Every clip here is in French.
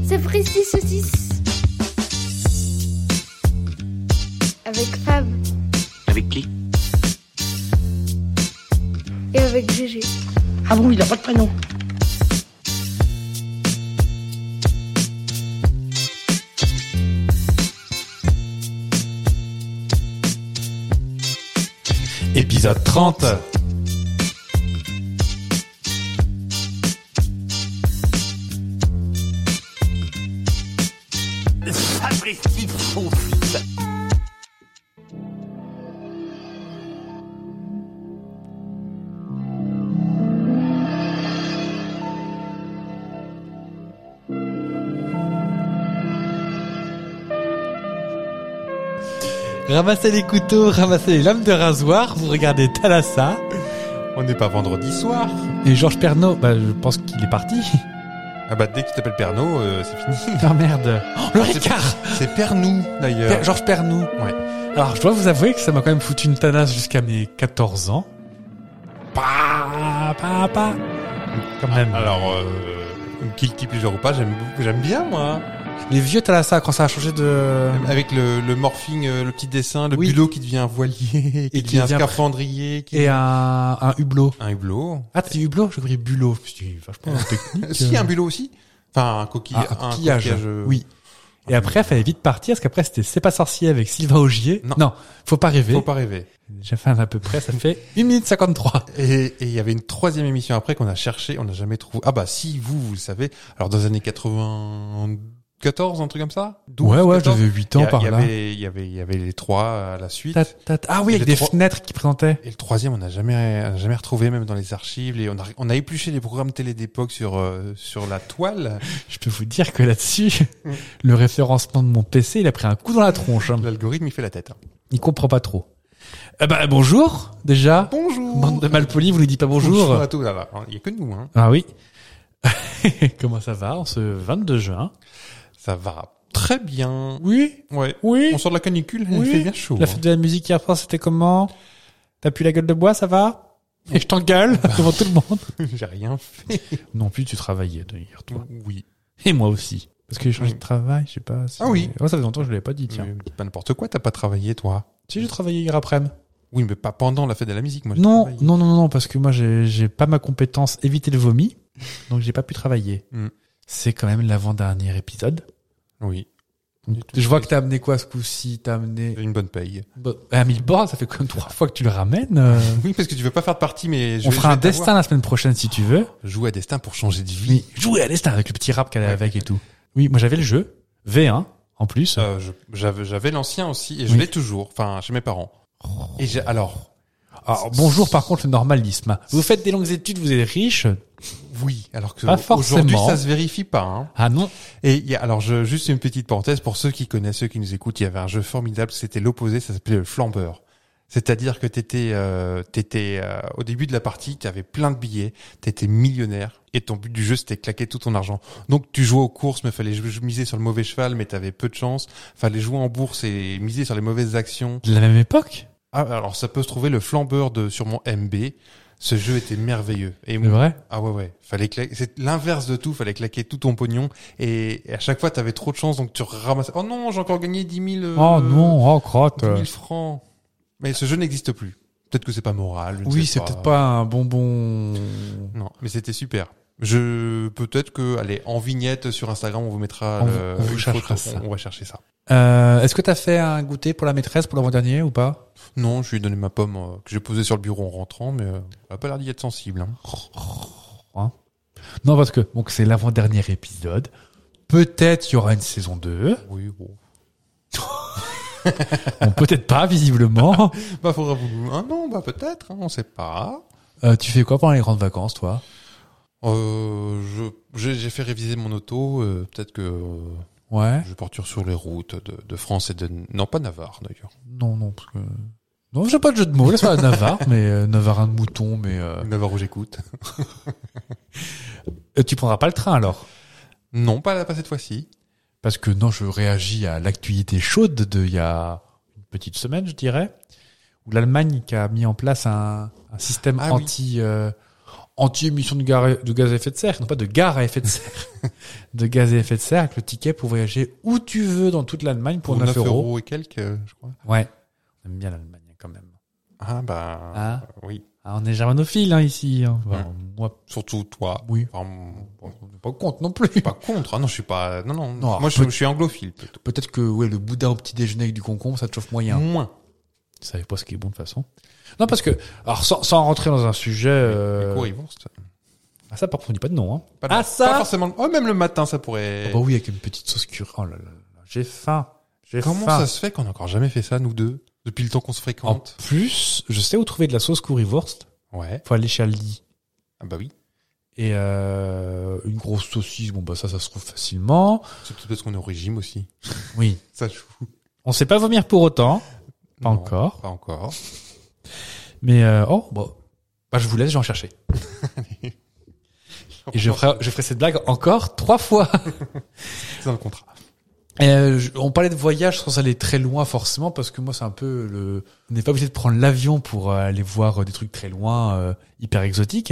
Sapristi saucisse. Avec Fab. Avec qui? Et avec Gégé. Ah bon, il a pas de prénom. Épisode 30. Sapristi saucisse. Ramassez les couteaux, ramassez les lames de rasoir, vous regardez Thalassa. On n'est pas vendredi soir. Et Georges Pernaut, je pense qu'il est parti. Ah bah dès qu'il t'appelle Pernod, c'est fini. Oh merde. Oh, le Ricard. C'est Pernou d'ailleurs. Georges Pernaut. Ouais. Alors, je dois vous avouer que ça m'a quand même foutu une tanasse jusqu'à mes 14 ans. Quand même. Alors, guilty pleasure ou pas, j'aime bien moi. Les vieux Thalassa, quand ça a changé de... Avec le morphing, le petit dessin, le Oui. bulot qui devient un voilier, qui devient un scaphandrier, Et un hublot. un hublot. Ah, t'as dit hublot? J'ai compris bulot. C'est vachement technique. Si, un bulot aussi. Enfin, un Un coquillage. coquillage. Oui. Et après, fallait vite partir, parce qu'après, c'était C'est pas sorcier avec Sylvain Augier. Non. Faut pas rêver. Faut pas rêver. J'ai fait un à peu près, ça fait 1 minute 53. Et il y avait une troisième émission après qu'on a cherché, on n'a jamais trouvé. Ah bah si, vous le savez. Alors dans les années 94, un truc comme ça? 12, Ouais, 14. j'avais 8 ans par là. Il y avait les trois à la suite. Ah oui, Et avec les des trois- fenêtres qui présentaient. Et le troisième, on n'a jamais retrouvé, même dans les archives. Et on a épluché les programmes télé d'époque sur la toile. Je peux vous dire que là-dessus, le référencement de mon PC, il a pris un coup dans la tronche. Hein. L'algorithme, il fait la tête. Il comprend pas trop. Bonjour, déjà. Bonjour. Bande de malpolis, vous ne dites pas bonjour. à tous, là. Il y a que nous, hein. Ah oui. Comment ça va en ce 22 juin? Ça va très bien. Oui. Ouais. Oui. On sort de la canicule, Oui. il fait bien chaud. La fête de la musique hier soir, c'était comment? T'as pu la gueule de bois, ça va? Et je t'engueule devant tout le monde. J'ai rien fait. Non plus, tu travaillais d'ailleurs, toi. Oui. Et moi aussi. Parce que j'ai changé de travail, je sais pas. Si... Ah oui. Oh, ça fait longtemps que je l'avais pas dit, tiens. Mais pas n'importe quoi, t'as pas travaillé, toi. Si, j'ai travaillé hier après-midi. Oui, mais pas pendant la fête de la musique, moi. j'ai Non, travaillé. non, parce que moi, j'ai pas ma compétence éviter le vomi. Donc, j'ai pas pu travailler. Mm. C'est quand même l'avant-dernier épisode. Oui. Je vois que t'as amené quoi ce coup-ci? T'as amené... Une bonne paye. À 1000 bornes, ça fait quand même 3 fois que tu le ramènes. Oui, parce que tu veux pas faire de partie, mais On fera un destin la semaine prochaine si tu veux. Jouer à destin pour changer de vie. Oui, jouer à destin avec le petit rap qu'elle a avec et tout. Oui, moi j'avais le jeu. V1, en plus. J'avais l'ancien aussi, et je Oui. l'ai toujours. Enfin, chez mes parents. Et alors, Bonjour par contre le normalisme. Vous faites des longues études, vous êtes riche. oui, alors que Pas forcément. aujourd'hui, ça se vérifie pas, hein. Ah non. Et juste une petite parenthèse pour ceux qui connaissent, ceux qui nous écoutent, il y avait un jeu formidable, c'était l'opposé, ça s'appelait le flambeur. C'est-à-dire que t'étais au début de la partie, t'avais plein de billets, t'étais millionnaire, et ton but du jeu c'était claquer tout ton argent. Donc tu jouais aux courses, mais fallait miser sur le mauvais cheval, mais t'avais peu de chance. Fallait jouer en bourse et miser sur les mauvaises actions. De la même époque. Ah, alors ça peut se trouver le flambeur sur mon MB. Ce jeu était merveilleux. Et C'est vrai. ah ouais. C'est l'inverse de tout. Fallait claquer tout ton pognon. Et à chaque fois, t'avais trop de chance, donc tu ramassais. Oh non, j'ai encore gagné 10 000. Oh non, oh crotte. 10 000 francs. Mais ce jeu n'existe plus. Peut-être que c'est pas moral. Je ne Oui, sais c'est peut-être pas un bonbon. Non, mais c'était super. Peut-être que, allez, en vignette sur Instagram, on vous mettra On vous une cherchera photo. ça. On va chercher ça. Est-ce que t'as fait un goûter pour la maîtresse pour l'avant-dernier ou pas? Non, je lui ai donné ma pomme que j'ai posée sur le bureau en rentrant, mais elle a pas l'air d'y être sensible. Hein. Non, parce que donc c'est l'avant-dernier épisode. Peut-être il y aura une saison 2. Oui, bon. Bon, peut-être pas, visiblement. Faudra vous... Ah non, peut-être, hein, on sait pas. Tu fais quoi pendant les grandes vacances, toi? J'ai fait réviser mon auto, peut-être que Ouais. je partir sur les routes de France et de... Non, pas Navarre, d'ailleurs. Non, parce que... Non, j'ai pas de jeu de mots, là, sur la Navarre, mais Navarin de mouton, mais... Navarre où j'écoute. Tu prendras pas le train, alors? Non, pas cette fois-ci. Parce que non, je réagis à l'actualité chaude d'il y a une petite semaine, je dirais, où l'Allemagne qui a mis en place un système anti-émission de gaz à effet de serre, non pas de gare à effet de serre, de gaz à effet de serre avec le ticket pour voyager où tu veux dans toute l'Allemagne pour 9 euros. Et quelques, je crois. Ouais. On aime bien l'Allemagne quand même. Ah bah Ah. oui. Ah, on est germanophile ici. Hein. Enfin, moi, Surtout toi. oui. Enfin, On n'est pas contre non plus. je suis pas contre. Ah non, je suis pas. Non. Non, Moi, je suis anglophile plutôt. Peut-être que ouais, le boudin au petit déjeuner avec du concombre, ça te chauffe moyen. Moins. Tu savais pas ce qui est bon de toute façon. Non, parce que, alors sans rentrer dans un sujet... Les currywurst. Ah, ça, par contre, on dit pas de nom. Hein. Pas, Ah, ça pas forcément. Oh, même le matin, ça pourrait. Oh, bah oui, avec une petite sauce curry. Oh là là là. J'ai faim. Comment ça se fait qu'on a encore jamais fait ça, nous deux, depuis le temps qu'on se En fréquente? plus, je sais où trouver de la sauce currywurst. Ouais. Faut aller chez Aldi. Ah bah oui. Et une grosse saucisse, bon bah ça se trouve facilement. C'est peut-être parce qu'on est au régime aussi. Oui. Ça joue. On sait pas vomir pour autant. Pas Non, encore. Pas encore. Mais bah je vous laisse, j'en chercher. Et je ferai cette blague encore 3 fois. C'est dans le contrat. On parlait de voyage sans aller très loin forcément parce que moi c'est un peu on n'est pas obligé de prendre l'avion pour aller voir des trucs très loin, hyper exotiques.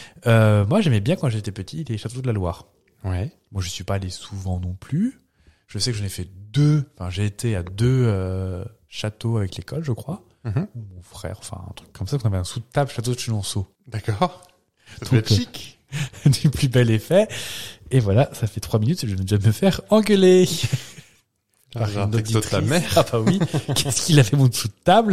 Moi j'aimais bien quand j'étais petit les châteaux de la Loire. Ouais. Moi je suis pas allé souvent non plus. Je sais que j'en ai fait 2. Enfin j'ai été à 2 châteaux avec l'école je crois. Mhm. Ou mon frère, enfin un truc comme ça qu'on avait un sous de table château de Chenonceau. D'accord. Ça Donc, doit être chic. Du plus bel effet. Et voilà, ça fait 3 minutes et je viens déjà me faire engueuler. J'ai un texto de ta mère. Ah bah oui. Qu'est-ce qu'il a fait mon dessous de table?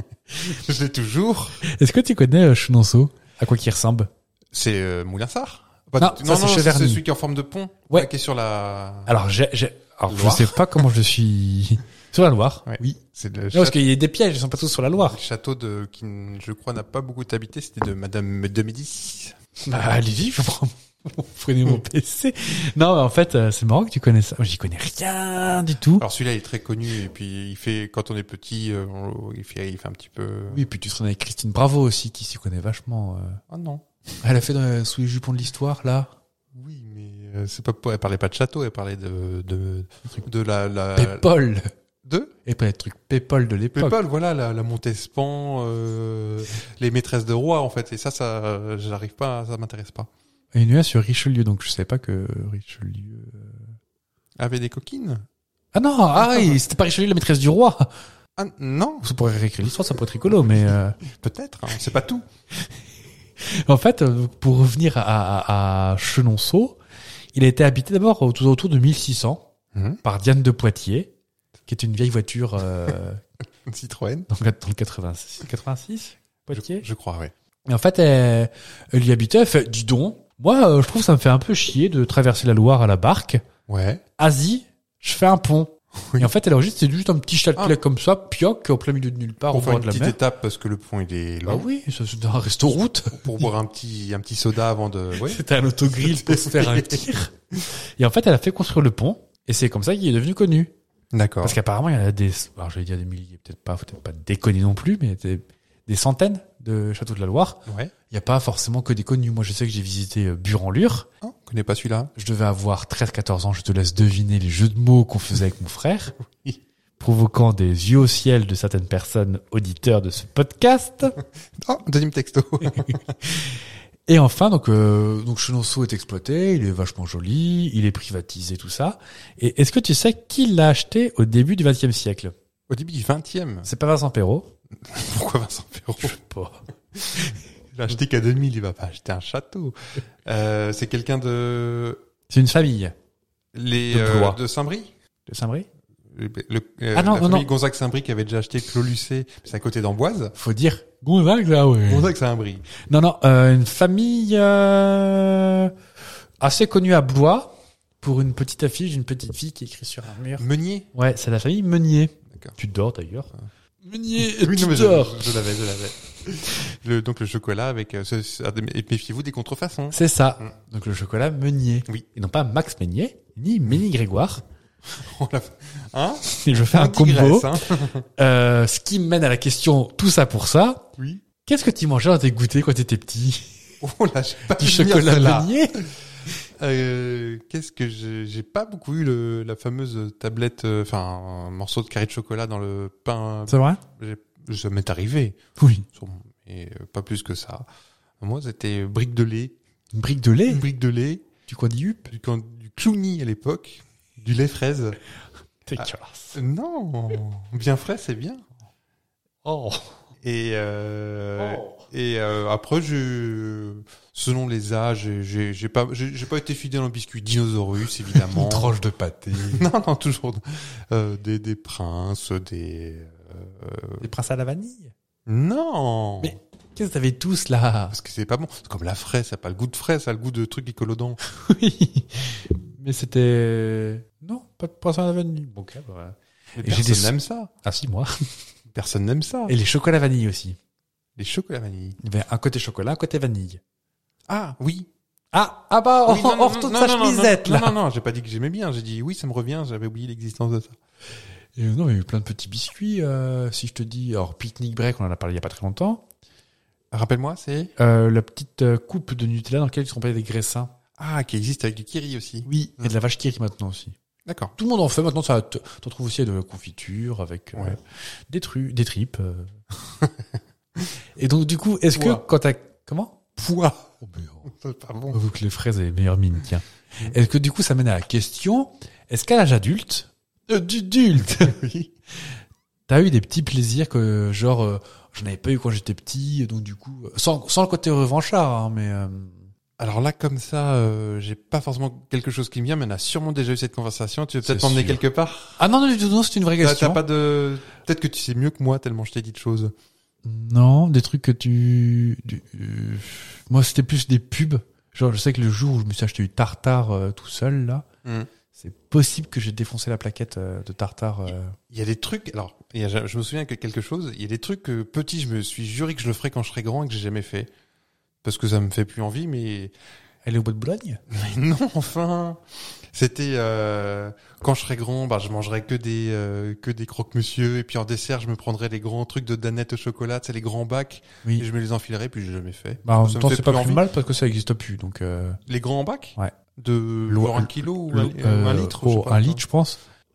Je l'ai toujours. Est-ce que tu connais Chenonceau? À quoi qu'il ressemble? C'est Moulinsart? Non, ça, c'est Cheverny. c'est celui qui est en forme de pont. Ouais. Qui est sur la... Alors alors je Loire. sais pas comment je suis sur la Loire. Ouais. Oui. C'est le Non, parce qu'il y a des pièges, ils sont pas tous sur la Loire. château qui, je crois, n'a pas beaucoup habité. C'était de Madame de Médicis. Bah, allez-y, je prends. Prenez mon PC. Non, mais en fait, c'est marrant que tu connais ça. Moi, j'y connais rien du tout. Alors celui-là il est très connu et puis il fait quand on est petit, il fait un petit peu. Oui, et puis tu serais avec Christine Bravo aussi, qui s'y connaît vachement. Ah non. Elle a fait sous les jupons de l'histoire, là. Oui, mais c'est pas. Elle parlait pas de château, elle parlait de la. Pépol. De Et pas les trucs Pépol de l'époque. Pépol, voilà, la Montespan, les maîtresses de roi en fait. Et ça, j'arrive pas, ça m'intéresse pas. Et une sur Richelieu, donc je savais pas que Richelieu... Avait des coquines? Ah non, oui, c'était pas Richelieu la maîtresse du roi. Ah non, Ça pourrait réécrire l'histoire, ça pourrait être rigolo, mais... peut-être. Hein, c'est pas tout. En fait, pour revenir à Chenonceau, il a été habité d'abord autour de 1600 par Diane de Poitiers, qui est une vieille voiture Citroën. dans le 86 Poitiers. Je crois, oui. Et en fait, elle y habitait, elle fait, dis donc, moi, je trouve que ça me fait un peu chier de traverser la Loire à la barque. Ouais. Asie, je fais un pont. Oui. Et en fait, elle enregistre, c'est juste un petit chapelet comme ça, pioc, au plein milieu de nulle part, au Pour faire bord une de la petite mer. étape parce que le pont il est Bah long. oui, ça, c'est un resto-route. Pour boire un petit soda avant de. Oui. C'était un autogrill pour se faire un tir. Et en fait, elle a fait construire le pont, et c'est comme ça qu'il est devenu connu. D'accord. Parce qu'apparemment, il y en a alors je vais dire des milliers, faut peut-être pas déconner non plus, mais des centaines de châteaux de la Loire. Ouais. Il n'y a pas forcément que des connus. Moi, je sais que j'ai visité Buran-Lure. Oh, on connaît pas celui-là. Je devais avoir 13-14 ans. Je te laisse deviner les jeux de mots qu'on faisait avec mon frère. Oui. Provoquant des yeux au ciel de certaines personnes auditeurs de ce podcast. Oh, deuxième texto. Et enfin, donc Chenonceau est exploité, il est vachement joli, il est privatisé, tout ça. Et est-ce que tu sais qui l'a acheté au début du XXe siècle? Au début du 20e. C'est pas Vincent Perrault. Pourquoi Vincent Perrault? Je sais pas. Il a acheté qu'à 2000, il va pas acheter un château. C'est quelqu'un de... C'est une famille de Blois. De Saint-Brie? de Saint-Brie. La famille Gonzague Saint-Brie qui avait déjà acheté Clos Lucé, c'est à côté d'Amboise. Faut dire Gonzague là, ouais. Gonzague Saint-Brie. Non, une famille assez connue à Blois pour une petite affiche d'une petite fille qui écrit sur un mur. Meunier. Ouais, c'est la famille Meunier. D'accord. Tu dors d'ailleurs. Meunier, Oui, tu non, mais dors. je l'avais. Donc le chocolat avec... et méfiez-vous des contrefaçons. C'est ça. Donc le chocolat Meunier. Oui. Et non pas Max Meunier, ni Ménie Grégoire. Hein? Et je fais un combo. digresse, hein. Ce qui me mène à la question, tout ça pour ça. Oui. Qu'est-ce que tu mangeais dans tes goûters quand t'étais petit? Oh là, j'ai pas Du pu venir chocolat celle-là. Meunier? Qu'est-ce que j'ai pas beaucoup eu la fameuse tablette, un morceau de carré de chocolat dans le pain. C'est vrai? Ça m'est arrivé. Oui. Et pas plus que ça. Moi, c'était brique de lait. Une brique de lait? Une brique de lait. Du quoi du hup? Du clowny à l'époque. Du lait fraise. Dégueulasse. Non, bien frais, c'est bien. Oh. Et après, selon les âges, j'ai pas été fidèle en biscuit dinosaurus, évidemment. Une tranche de pâté. Non, toujours des princes, des princes à la vanille? Non. Mais qu'est-ce que t'avais tous là? Parce que c'est pas bon. C'est comme la fraise, ça a pas le goût de fraise, ça a le goût de truc qui colle aux dents. Oui. Mais c'était... Non, pas de princes à la vanille. Bon, ok, voilà. Mais Et j'ai personne des- n'aime ça. Ah si, moi. Personne n'aime ça. Et les chocolats vanille aussi. Les chocolats vanille. Il y avait un côté chocolat, un côté vanille. Ah, oui. Ah bah, Oui, non, non, hors toute sa chemisette, là. Non, j'ai pas dit que j'aimais bien. J'ai dit oui, ça me revient, j'avais oublié l'existence de ça. Et non, il y a eu plein de petits biscuits, si je te dis. Alors, Picnic Break, on en a parlé il y a pas très longtemps. Rappelle-moi, c'est La petite coupe de Nutella dans laquelle ils sont pas des graissins. Ah, qui existe avec du kiri aussi. Oui, et de la vache qui rit maintenant aussi. D'accord. Tout le monde en fait maintenant. Ça, t'en trouves aussi de la confiture avec Ouais. des tripes. Et donc du coup, est-ce que Pois. quand t'as comment Pois. Oh, mais oh. C'est pas bon. Vu que les fraises aient les meilleures mines, tiens. Est-ce que du coup, ça mène à la question, est-ce qu'à l'âge adulte, d'adulte, Oui. t'as eu des petits plaisirs que, genre, j'en avais pas eu quand j'étais petit, donc du coup, sans le côté revanchard, hein, mais Alors là, comme ça, j'ai pas forcément quelque chose qui me vient, mais on a sûrement déjà eu cette conversation. Tu veux peut-être C'est m'emmener sûr. quelque part? ah non, non, c'est une vraie T'as question. pas de... Peut-être que tu sais mieux que moi, tellement je t'ai dit de choses. Non, des trucs que moi, c'était plus des pubs. Genre, je sais que le jour où je me suis acheté du tartare tout seul, là, c'est possible que j'ai défoncé la plaquette de tartare. Il y a des trucs, alors, je me souviens que quelque chose, il y a des trucs que petit, je me suis juré que je le ferais quand je serais grand et que j'ai jamais fait. Parce que ça me fait plus envie, mais Elle est au bois de Boulogne? mais non, enfin, c'était quand je serais grand, bah je mangerais que des croque-monsieur et puis en dessert, je me prendrais les grands trucs de Danette au chocolat, c'est les grands bacs Oui. et je me les enfilerais puis j'ai jamais fait. Bah, en Ça même me temps, fait c'est pas plus plus envie. mal parce que ça existe plus, donc, Les grands bacs Ouais. de Loi- genre 1 kilo ou un litre, je sais pas. un litre, je pense.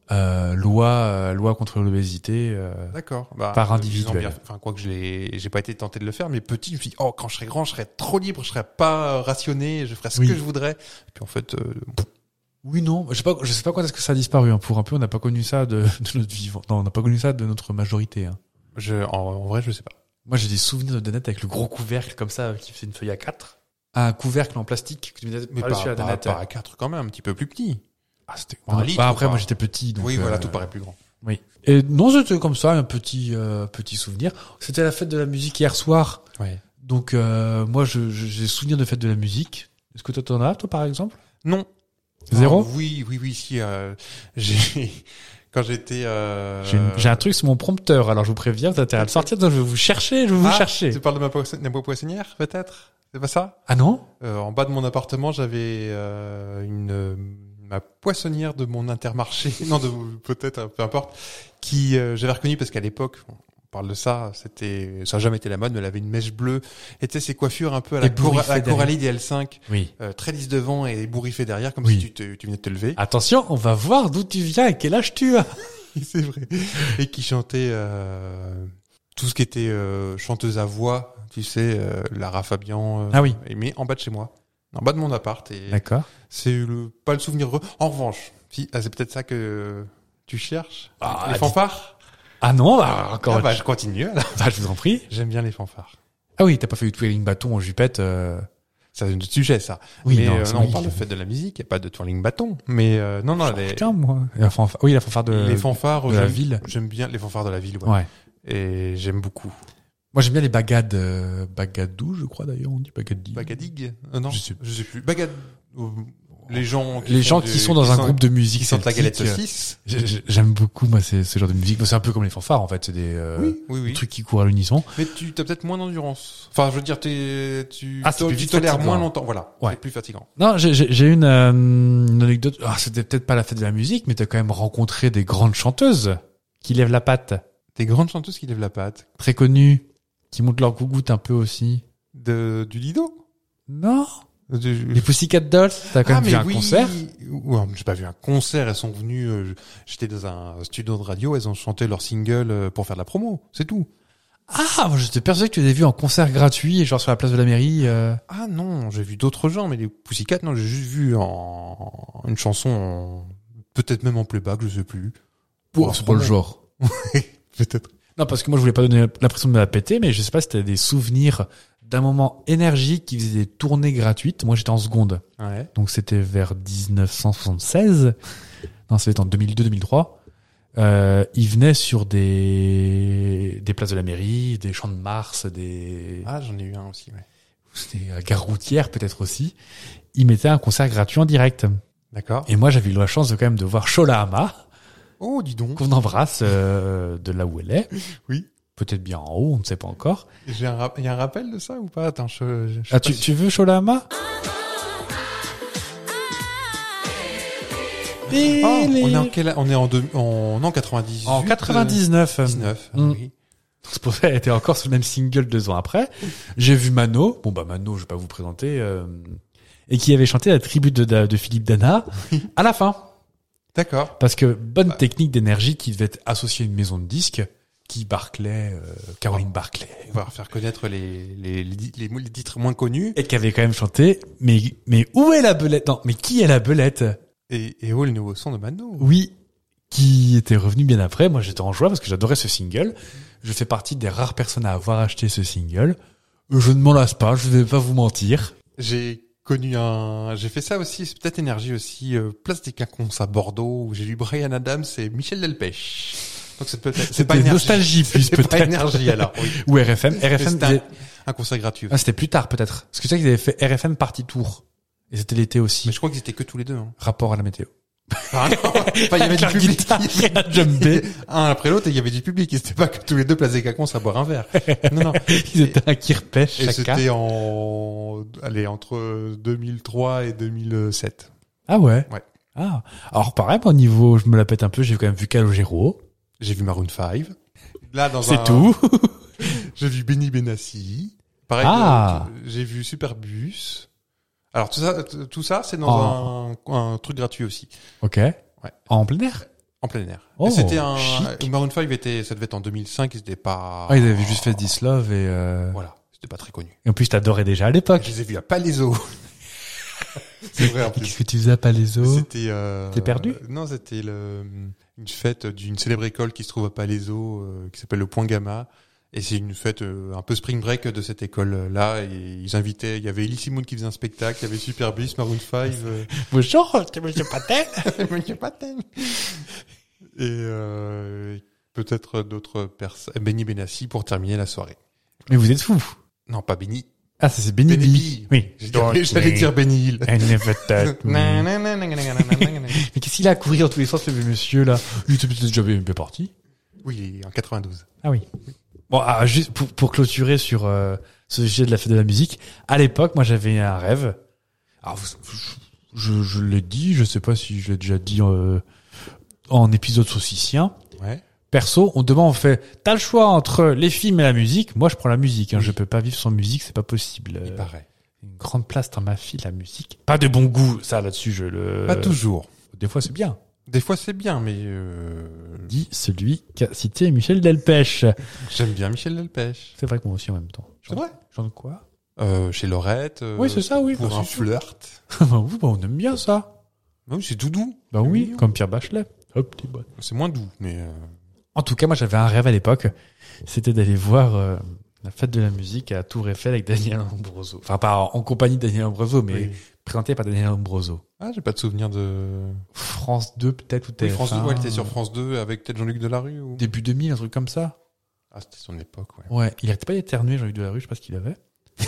Loi contre l'obésité. D'accord. Bah, Par ils individuel. ont bien fait. Enfin, quoi que j'ai pas été tenté de le faire, mais petit, je me suis dit, oh, quand je serai grand, je serai trop libre, je serai pas rationné, je ferai ce Oui. que je voudrais. Et puis en fait, Oui, non, je sais pas quand est-ce que ça a disparu, hein. Pour un peu, on n'a pas connu ça de notre vivant. Non, on n'a pas connu ça de notre majorité, hein. en vrai, je sais pas. Moi, j'ai des souvenirs de Danette avec le gros couvercle comme ça, qui faisait une feuille à 4. Un couvercle en plastique que tu mettais Mais par-dessus la Danette. pas à 4 quand même, un petit peu plus petit. Ah, c'était, Un bah, litre, après, quoi. moi, j'étais petit, donc. Oui, voilà, tout paraît plus grand. Oui. Et non, c'était comme ça, un petit souvenir. C'était la fête de la musique hier soir. Ouais. Donc, moi, j'ai souvenir de fête de la musique. Est-ce que toi, t'en as, toi, par exemple? Non. Zéro? Ah, oui, si, j'ai, quand j'étais, J'ai un truc sur mon prompteur, alors je vous préviens, vous avez intérêt à le sortir, donc je vais vous chercher, Tu parles de ma poissonnière, peut-être? C'est pas ça? Ah non? En bas de mon appartement, j'avais ma poissonnière de mon Intermarché, non, peut-être, peu importe, qui j'avais reconnu parce qu'à l'époque, on parle de ça, ça a jamais été la mode, mais elle avait une mèche bleue, et tu sais, ces coiffures un peu à la Ébouriffées Coralie des L5, Oui. très lisse devant et ébouriffée derrière, comme Oui. si tu venais de te lever. Attention, on va voir d'où tu viens et quel âge tu as. C'est vrai. Et qui chantait tout ce qui était chanteuse à voix, tu sais, Lara Fabian, Ah oui. mais en bas de chez moi, en bas de mon appart. Et D'accord. c'est pas le souvenir heureux. En revanche, si, c'est peut-être ça que tu cherches. Ah, les dis- fanfares. Ah non, bah, encore. Je continue. Alors. Bah, je vous en prie. J'aime bien les fanfares. Ah oui, t'as pas fait du twirling bâton en jupette, C'est un autre sujet, ça. Oui, mais non, c'est on magnifique. parle de fête de la musique, il n'y a pas de twirling bâton. Mais non, Putain, moi. La fanfare, oui, la fanfare les fanfares de la j'aime- ville. J'aime bien les fanfares de la ville, ouais. Ouais. Et j'aime beaucoup. Moi, j'aime bien les bagades, bagadou, je crois, d'ailleurs, on dit bagadig. Bagadig Non, Je sais plus. Bagad... Les gens qui sont dans un groupe de musique qui sentent la galette celtique, saucisse. J'aime beaucoup, moi, ce genre de musique. Moi, c'est un peu comme les fanfares, en fait. C'est des Oui. trucs qui courent à l'unisson. Mais tu as peut-être moins d'endurance. Enfin, je veux dire, tu c'est plus vite tolères fatigant. moins longtemps. Voilà. Ouais. C'est plus fatigant. Non, j'ai une anecdote. Ah, c'était peut-être pas la fête de la musique, mais t'as quand même rencontré des grandes chanteuses qui lèvent la patte. Des grandes chanteuses qui lèvent la patte. Très connues, qui montent leur gougoute un peu aussi. Du Lido? Non? Les Pussycat Dolls, t'as quand même vu un concert? Ouais, j'ai pas vu un concert. Elles sont venues, j'étais dans un studio de radio, elles ont chanté leur single pour faire de la promo. C'est tout. Ah, moi, j'étais persuadé que tu les avais vus en concert gratuit, genre sur la place de la mairie. Ah non, j'ai vu d'autres gens, mais les Pussycat, non, j'ai juste vu une chanson, peut-être même en playback, je sais plus. Oh, c'est pas le genre. Peut-être. Non, parce que moi, je voulais pas donner l'impression de me la péter, mais je sais pas si t'as des souvenirs d'un moment énergique qui faisait des tournées gratuites. Moi, j'étais en seconde. Ouais. Donc, c'était vers 1976. Non, c'était en 2002-2003. Il venait sur des places de la mairie, des champs de Mars, Ah, j'en ai eu un aussi, ouais. c'était à Gare Routière peut-être aussi. Il mettait un concert gratuit en direct. D'accord. Et moi, j'avais eu la chance de quand même de voir Shola Ama, Oh, dis donc. qu'on embrasse de là où elle est. Oui. Peut-être bien en haut, on ne sait pas encore. Il y a un rappel de ça ou pas? Attends, je Ah, tu veux Shola Ama? on est en quelle on est en 98. En 99. 19. Mm. Oui. C'est pour ça qu'elle était encore sur le même single 2 ans après. J'ai vu Mano. Bon, bah, Mano, je vais pas vous présenter. Et qui avait chanté la tribu de Philippe Dana à la fin. D'accord. Parce que bonne technique d'énergie qui devait être associée à une maison de disques, qui Barclay, Caroline Barclay. On va faire connaître les titres moins connus. Et qui avait quand même chanté, mais où est la belette? Non, mais qui est la belette? Et oh, le nouveau son de Mano. Oui. Qui était revenu bien après. Moi, j'étais en joie parce que j'adorais ce single. Je fais partie des rares personnes à avoir acheté ce single. Je ne m'en lasse pas, je vais pas vous mentir. J'ai fait ça aussi, c'est peut-être Énergie aussi, Place des Quinconces à Bordeaux, où j'ai lu Bryan Adams et Michel Delpech. Donc c'est peut-être, c'est pas C'était Énergie. Nostalgie plus C'est pas peut-être. Énergie alors, oui. Ou RFM. Mais RFM c'était faisait- un concert gratuit. Ah, c'était plus tard peut-être. Parce que tu sais qu'ils avaient fait RFM Party Tour. Et c'était l'été aussi. Mais je crois qu'ils étaient que tous les deux, hein. Rapport à la météo. Enfin, non. Enfin, il y avait du Avec public. la guitare et la djembé. Un après l'autre, et il y avait du public. Et c'était pas que tous les deux Place des Quinconces à boire un verre. Non, non. Ils étaient un qui repêche Et chacun. c'était entre 2003 et 2007. Ah ouais? Ouais. Ah. Alors pareil, moi, au niveau, je me la pète un peu, j'ai quand même vu Calogero. J'ai vu Maroon 5. Là, C'est tout. J'ai vu Benny Benassi. Pareil, Ah. j'ai vu Superbus. Alors tout ça, c'est dans un truc gratuit aussi, Ok. En plein air? en plein air. Oh, Et c'était chic. Maroon 5 ça devait être en 2005, et c'était pas. Ah, ils avaient juste fait This Love et Voilà, c'était pas très connu. et en plus, t'adorais déjà à l'époque. Je les ai vus à Palaiso. C'est vrai en plus. Qu'est-ce que tu faisais à Palaiso? C'était. T'es perdu? Non, c'était une fête d'une célèbre école qui se trouve à Palaiso, qui s'appelle le Point Gamma. Et c'est une fête un peu spring break de cette école-là. Et ils invitaient, il y avait Elie Semoun qui faisait un spectacle, il y avait Superbus, Maroon 5. Bonjour, c'est Monsieur Patel. Monsieur Patel. Et peut-être d'autres personnes. Benny Benassi pour terminer la soirée. Mais vous êtes fou. Non, pas Benny. Ah, ça c'est Benny Benny B. Oui. J'allais dire Benny Hill. I never thought me. Mais qu'est-ce qu'il a à courir dans tous les sens, ce vieux monsieur, là? Il était peut-être déjà bien parti. Oui, en 92. Ah oui. Bon, juste pour clôturer sur ce sujet de la fête de la musique, à l'époque, moi j'avais un rêve. Alors, je l'ai dit, je sais pas si je l'ai déjà dit en épisode saucissien. Ouais. Perso, on fait, t'as le choix entre les films et la musique. Moi, je prends la musique. Hein. Je peux pas vivre sans musique, c'est pas possible. Il paraît. Une grande place dans ma vie, la musique. Pas de bon goût, ça là-dessus, Pas toujours. Des fois, c'est bien. Des fois, c'est bien, mais Dit celui qui a cité Michel Delpech. j'aime bien Michel Delpech. C'est vrai que moi aussi en même temps. C'est vrai. Chante quoi? Chez Laurette. Oui, c'est ça, oui. Pour Bah, un c'est sûr. flirt. Bah oui, bah on aime bien ça. Bah oui, c'est tout doux. Bah oui, mignon. comme Pierre Bachelet. Hop, petit boîte. C'est moins doux, mais En tout cas, moi j'avais un rêve à l'époque. C'était d'aller voir la fête de la musique à Tour Eiffel avec Daniel Ambroso. Enfin, pas en compagnie de Daniel Ambroso, mais oui. présenté par Daniel Ambroso. Ah, j'ai pas de souvenir de. France 2 peut-être ou Oui, TF1. France 2, ouais, elle était sur France 2 avec peut-être Jean-Luc Delarue ou. Début 2000, un truc comme ça. Ah, c'était son époque, ouais. Ouais, il arrêtait pas d'éternuer, Jean-Luc Delarue, je sais pas ce qu'il avait.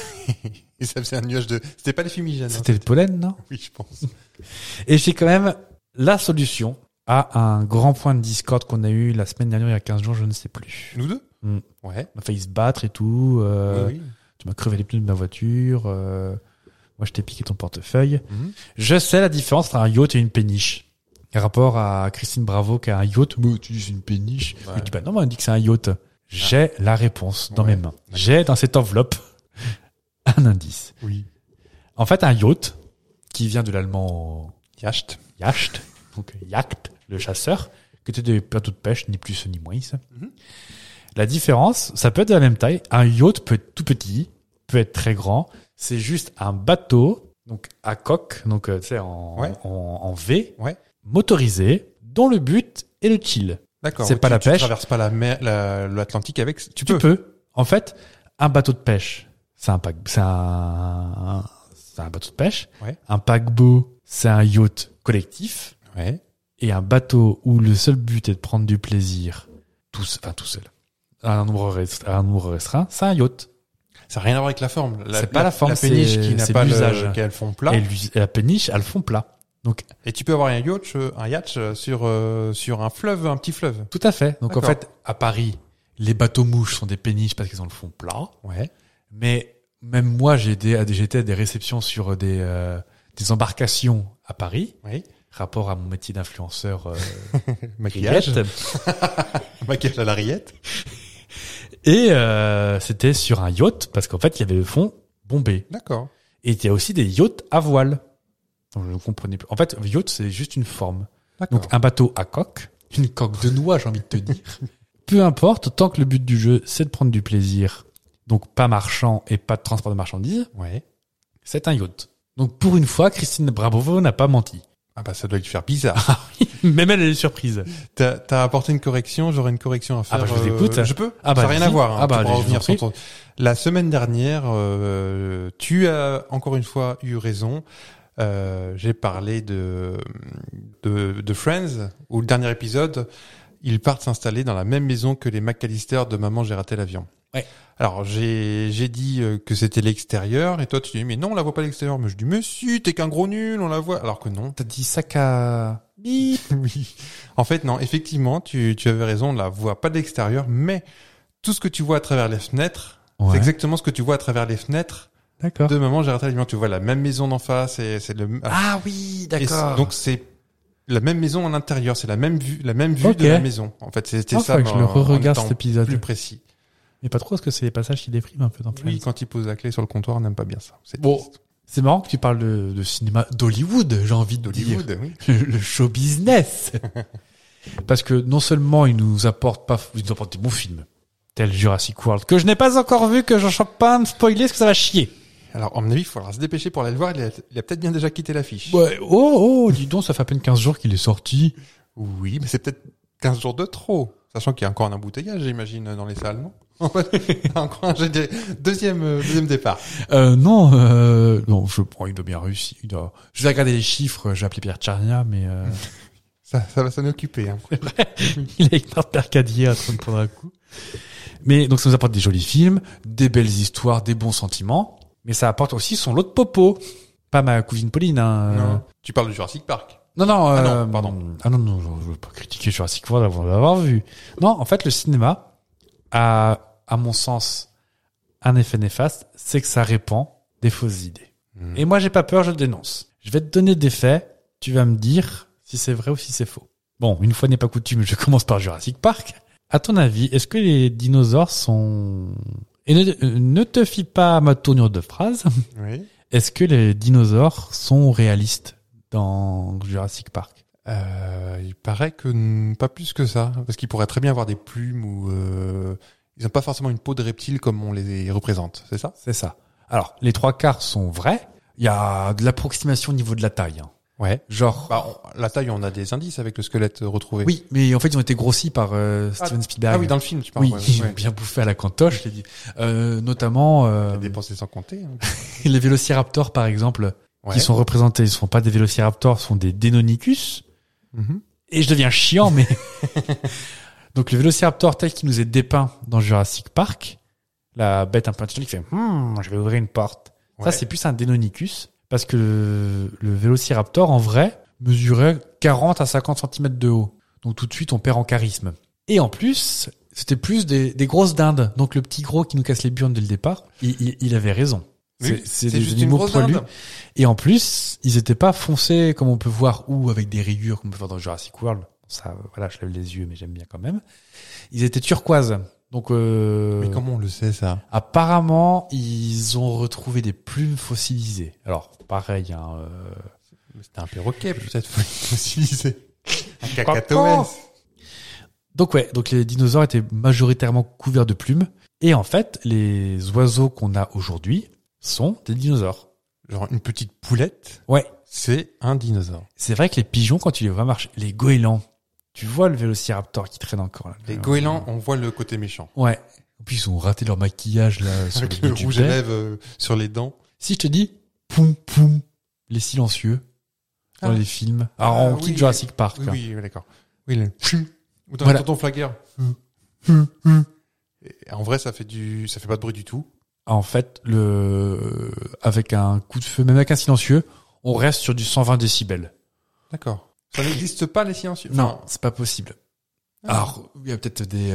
Et ça faisait un nuage de. C'était pas les fumigènes. C'était le pollen, non? Oui, je pense. Et j'ai quand même la solution à un grand point de discorde qu'on a eu la semaine dernière, il y a 15 jours, je ne sais plus. Nous deux. Mm. Ouais. On a failli se battre et tout. Oui. Tu m'as crevé les pneus de ma voiture. Moi, je t'ai piqué ton portefeuille. Mhm. Je sais la différence entre un yacht et une péniche. Par rapport à Christine Bravo qui a un yacht. Moi, tu dis c'est une péniche. Ouais. Je dis bah non, moi, on dit que c'est un yacht. J'ai la réponse dans Ouais. mes mains. J'ai dans cette enveloppe un indice. Oui. En fait, un yacht qui vient de l'allemand Yacht. Yacht, donc Yacht, le chasseur, que était des plateaux de pêche, ni plus ni moins. Mhm. La différence, ça peut être de la même taille. Un yacht peut être tout petit, peut être très grand. C'est juste un bateau, donc à coque, donc tu sais en V, motorisé, dont le but est le chill. D'accord. C'est pas la Tu pêche. traverses pas la mer, l'Atlantique avec. Tu Tu peux. peux. En fait, un bateau de pêche, c'est un bateau de pêche. Ouais. Un paquebot, c'est un yacht collectif. Ouais. Et un bateau où le seul but est de prendre du plaisir, tout seul, à un nombre restreint, c'est un yacht. Ça n'a rien à voir avec la forme. C'est pas la forme, la péniche c'est- qui n'a c'est pas l'usage. qui a le fond plat. Et la péniche, elles font plat. Donc, Et tu peux avoir un yacht sur un fleuve, un petit fleuve. tout à fait. Donc, en D'accord. fait, à Paris, les bateaux mouches sont des péniches parce qu'ils ont le fond plat. Ouais. Mais même moi, j'étais à des réceptions sur des embarcations à Paris. Oui. Rapport à mon métier d'influenceur Maquillage. rillette. Maquillage à la rillette. Et c'était sur un yacht parce qu'en fait, il y avait le fond bombé. D'accord. Et il y a aussi des yachts à voile. Donc, je ne comprenais plus. En fait, yacht, c'est juste une forme. D'accord. Donc, un bateau à coque, une coque de noix, j'ai envie de te dire. Peu importe, tant que le but du jeu, c'est de prendre du plaisir, donc pas marchand et pas de transport de marchandises, Ouais. c'est un yacht. Donc, pour une fois, Christine Bravo n'a pas menti. Ah bah ça doit te faire bizarre. Même elle est surprise. T'as apporté une correction, j'aurais une correction à faire. Ah bah, je vous écoute. Je peux. Ah bah, ça n'a rien à vas-y. voir. Hein. Ah bah, Tu pourras allez, je vous en revenir sur prie. ton. La semaine dernière, tu as encore une fois eu raison. J'ai parlé de Friends, où le dernier épisode, ils partent s'installer dans la même maison que les McAllister de Maman j'ai raté l'avion. Ouais. Alors j'ai dit que c'était l'extérieur et toi tu dis mais non on la voit pas l'extérieur. Mais je dis mais si t'es qu'un gros nul on la voit alors que non. T'as dit sac à... Bip. Oui. En fait non effectivement tu avais raison on la voit pas de l'extérieur mais tout ce que tu vois à travers les fenêtres Ouais. c'est exactement ce que tu vois à travers les fenêtres D'accord. de Maman j'ai raté l'avion. Tu vois la même maison d'en face et c'est le Ah oui, et d'accord. donc c'est la même maison en intérieur, c'est la même vue Ok. de la maison. En fait, c'était Ah, ça. faudrait que je le en re-regarde étant cet épisode. Plus précis. Mais pas trop, parce que c'est les passages qui dépriment un peu dans Friends. Oui, quand il pose la clé sur le comptoir, on n'aime pas bien ça. C'est Bon. triste. C'est marrant que tu parles de cinéma d'Hollywood, j'ai envie de dire. D'Hollywood, oui. Le show business. Parce que non seulement il nous apporte des bons films, tel Jurassic World, que je n'ai pas encore vu, que j'en chope pas à me spoiler, parce que ça va chier. Alors, à mon avis, il faudra se dépêcher pour aller le voir. Il a peut-être bien déjà quitté l'affiche. Ouais, oh, dis donc, ça fait à peine 15 jours qu'il est sorti. Oui, mais c'est peut-être 15 jours de trop. Sachant qu'il y a encore un embouteillage, j'imagine, dans les salles, non? En fait, il y a encore un deuxième départ. Non, je prends, il doit bien réussir. Je vais regarder les chiffres, j'ai appelé Pierre Tchernia, mais Ça va s'en occuper, hein. il est avec Marc Mercadier en train de prendre un coup. Mais donc ça nous apporte des jolis films, des belles histoires, des bons sentiments, mais ça apporte aussi son lot de popo. Pas ma cousine Pauline, hein. Non. Tu parles de Jurassic Park. Non, pardon. Ah non, je veux pas critiquer Jurassic World avant de l'avoir vu. Non, en fait, le cinéma a, à mon sens, un effet néfaste, c'est que ça répand des fausses idées. Et moi, j'ai pas peur, je le dénonce. Je vais te donner des faits, tu vas me dire si c'est vrai ou si c'est faux. Bon, une fois n'est pas coutume, je commence par Jurassic Park. À ton avis, est-ce que les dinosaures sont... Et ne te fie pas à ma tournure de phrase. Oui. Est-ce que les dinosaures sont réalistes dans Jurassic Park? Il paraît que pas plus que ça, parce qu'ils pourraient très bien avoir des plumes ou ils n'ont pas forcément une peau de reptile comme on les représente, c'est ça? C'est ça. Alors, les 3/4 sont vrais. Il y a de l'approximation au niveau de la taille. Hein. Ouais. Genre... La taille, on a des indices avec le squelette retrouvé. Oui, mais en fait, ils ont été grossis par Steven Spielberg. Ah oui, dans le film, tu parles. Oui, ouais, ils ont ouais. bien bouffé à la cantoche, je l'ai dit. Notamment Il a dépensé sans compter. Hein. les vélociraptors, par exemple, Ouais. qui sont représentés. Ce ne sont pas des vélociraptors, ce sont des Deinonychus. Mhm. Et je deviens chiant, mais... Donc, le vélociraptor tel qu'il nous est dépeint dans Jurassic Park, la bête un peu intelligente qui fait « je vais ouvrir une porte ». Ouais. Ça, c'est plus un Deinonychus, parce que le vélociraptor, en vrai, mesurait 40 à 50 cm de haut. Donc, tout de suite, on perd en charisme. Et en plus, c'était plus des grosses dindes. Donc, le petit gros qui nous casse les burnes dès le départ, il avait raison. Oui, C'est c'est des juste une animaux grosse poilus. dinde. Et en plus, ils étaient pas foncés comme on peut voir ou avec des rayures comme on peut voir dans Jurassic World. Ça, voilà, je lève les yeux, mais j'aime bien quand même. Ils étaient turquoises. Donc, Mais comment on le sait, ça? apparemment, ils ont retrouvé des plumes fossilisées. Alors, pareil, hein, C'était un perroquet, peut-être, fossilisé. Un cacatoès. Donc les dinosaures étaient majoritairement couverts de plumes. Et en fait, les oiseaux qu'on a aujourd'hui sont des dinosaures. Genre une petite poulette, Ouais. c'est un dinosaure. C'est vrai que les pigeons, quand tu les vois marcher, les goélands, tu vois le vélociraptor qui traîne encore là. Les goélands, on voit le côté méchant. Ouais. Et puis ils ont raté leur maquillage là sur Avec le le bout du rouge à bec. lèvres sur les dents. Si je te dis poum poum, les silencieux dans Ah. les films. Alors on oui. quitte Jurassic Park. Oui, hein. oui, d'accord. Oui, le... Ou dans Voilà. le tonton Flagueur. Et en vrai, ça fait pas de bruit du tout. En fait, avec un coup de feu, même avec un silencieux, on reste sur du 120 décibels. D'accord. Ça n'existe pas, les silencieux? Non, c'est pas possible. Alors, il y a peut-être des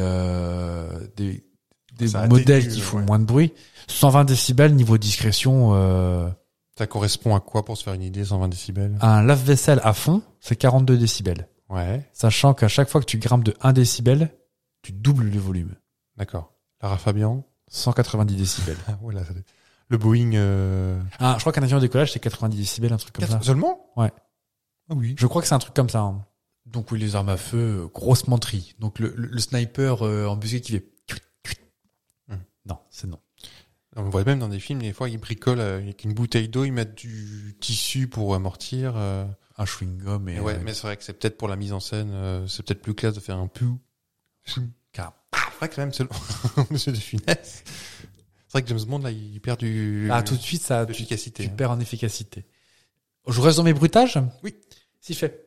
Ça modèles atténue, qui font ouais. moins de bruit. 120 décibels, niveau discrétion, Ça correspond à quoi pour se faire une idée, 120 décibels? un lave-vaisselle à fond, c'est 42 décibels. Ouais, Sachant qu'à chaque fois que tu grimpes de 1 décibel, tu doubles le volume. d'accord. Lara Fabian? 190 décibels. Ah, voilà. Le Boeing, Ah, je crois qu'un avion de décollage, c'est 90 décibels, un truc comme ça. Seulement? Ouais. Ah oui. Je crois que c'est un truc comme ça. Hein. Donc oui, les armes à feu, grosse menterie. Donc le sniper embusqué qui fait... Non, c'est non. On voit même dans des films, des fois, ils bricolent avec une bouteille d'eau, ils mettent du tissu pour amortir. Un chewing-gum et... Et ouais, mais c'est vrai que c'est peut-être pour la mise en scène, c'est peut-être plus classe de faire un pou. Car- C'est vrai que même selon Monsieur de Funès, c'est vrai que James Bond là, il perd du Ah, tout de suite, ça, d'efficacité. tu perds en efficacité. Je reste dans mes bruitages? Oui. Si je fais...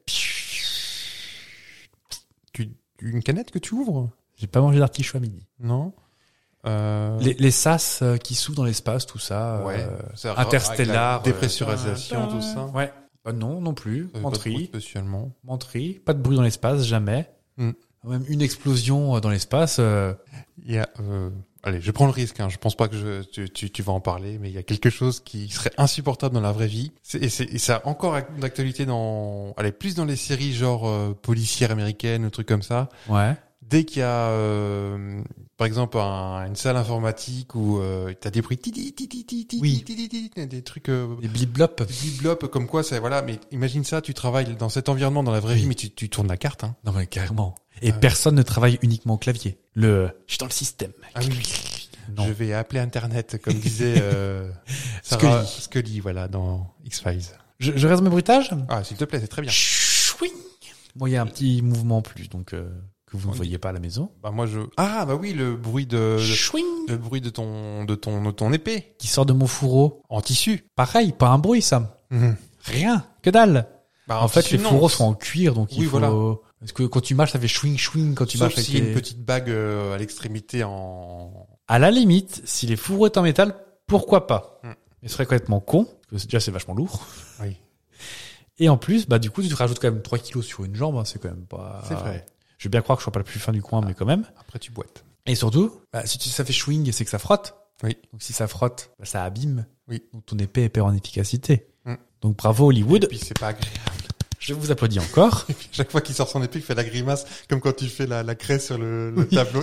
Une canette que tu ouvres? J'ai pas mangé d'artichaut à midi. Non. Les sas qui s'ouvrent dans l'espace, tout ça. Ouais. C'est Interstellar, avec la dépressurisation, tout ça. Ouais. Bah non, non plus. Ça fait pas de bruit Menterie. spécialement. Menterie. Pas de bruit dans l'espace, jamais. Mm. Même une explosion dans l'espace. Il y a, allez, je prends le risque. Hein. Je pense pas que tu vas en parler, mais il y a quelque chose qui serait insupportable dans la vraie vie. Et ça a encore d'actualité plus dans les séries genre policières américaines ou trucs comme ça. Ouais. Dès qu'il y a, par exemple, une salle informatique où t'as des bruits, Oui. des trucs, Les blip-blop. blip-blop, comme quoi, c'est voilà. Mais imagine ça, tu travailles dans cet environnement dans la vraie Oui. vie, mais tu tournes la carte. Hein. Non mais carrément. Et personne ne travaille uniquement au clavier. Je suis dans le système. Ah oui. Non. Je vais appeler Internet, comme disait Sarah Scully, voilà, dans X-Files. Je reste dans mes bruitages? Ah, s'il te plaît, c'est très bien. Chouing. Bon, il y a un petit mouvement en plus, donc que vous ne voyez pas à la maison. Bah moi bah oui, le bruit de Chouing. le bruit de ton épée Qui sort de mon fourreau. en tissu. Pareil, pas un bruit, ça. Rien. Que dalle. Bah, En fait, tissu, les non. fourreaux sont en cuir, donc il Oui, faut... voilà. Parce que quand tu marches, ça fait chouing chouing quand tu Sauf marches avec s'il y a les... une petite bague à l'extrémité en... À la limite, si les fourreaux étaient en métal, pourquoi pas? Mm. Mais ce serait complètement con, parce que déjà c'est vachement lourd. Oui. Et en plus, bah du coup, tu te rajoutes quand même 3 kilos sur une jambe, hein, c'est quand même pas... C'est vrai. Je veux bien croire que je sois pas le plus fin du coin, mais quand même. Après, tu boites. Et surtout, bah, si ça fait chewing, c'est que ça frotte. Oui. Donc si ça frotte, bah, ça abîme. Oui. Donc ton épée perd en efficacité. Mm. Donc bravo Hollywood. Et puis, c'est pas agréable. Je vous applaudis encore. Et puis, chaque fois qu'il sort son épée, il fait la grimace, comme quand tu fais la craie sur le tableau.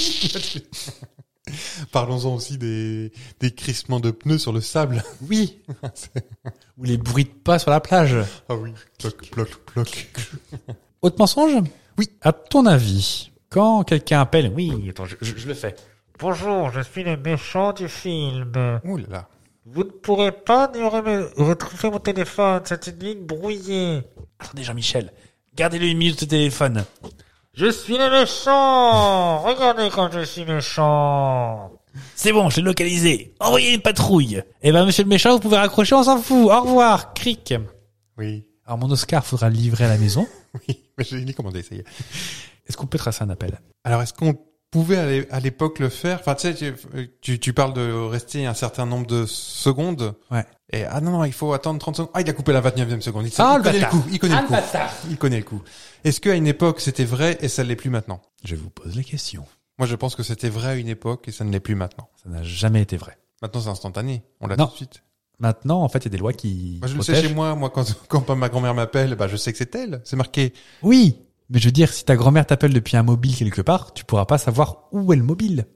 Parlons-en aussi des crissements de pneus sur le sable. Oui. Ou les bruits de pas sur la plage. Ah oui. Ploc, ploc, ploc. Autre mensonge? Oui. À ton avis, quand quelqu'un appelle, oui, attends, je le fais. Bonjour, je suis le méchant du film. Oh là là. Vous ne pourrez pas retrouver mon téléphone, c'est une ligne brouillée. Attendez Jean-Michel, gardez-le une minute de téléphone. Je suis le méchant. Regardez quand je suis méchant. C'est bon, je l'ai localisé. Envoyez une patrouille. Eh ben, monsieur le méchant, vous pouvez raccrocher, on s'en fout. Au revoir, cric. Oui. Alors, mon Oscar, faudra le livrer à la maison. Oui. Mais je l'ai commandé, ça y est. Est-ce qu'on peut tracer un appel? Alors, est-ce qu'on pouvait à l'époque le faire? Enfin, tu sais, tu parles de rester un certain nombre de secondes. Ouais. Et, non, il faut attendre 30 secondes. Ah, il a coupé la 29e seconde. Ah, Il le connaît le bâtard. coup. Il connaît Ah, le le coup. bâtard. Il connaît le coup. Est-ce qu'à une époque, c'était vrai et ça ne l'est plus maintenant? Je vous pose la question. Moi, je pense que c'était vrai à une époque et ça ne l'est plus maintenant. Ça n'a jamais été vrai. Maintenant, c'est instantané. On l'a Non. tout de suite. Maintenant, en fait, il y a des lois qui Moi, je le sais protègent. chez moi. Moi, quand ma grand-mère m'appelle, bah, je sais que c'est elle. C'est marqué. Oui, mais je veux dire, si ta grand-mère t'appelle depuis un mobile quelque part, tu pourras pas savoir où est le mobile.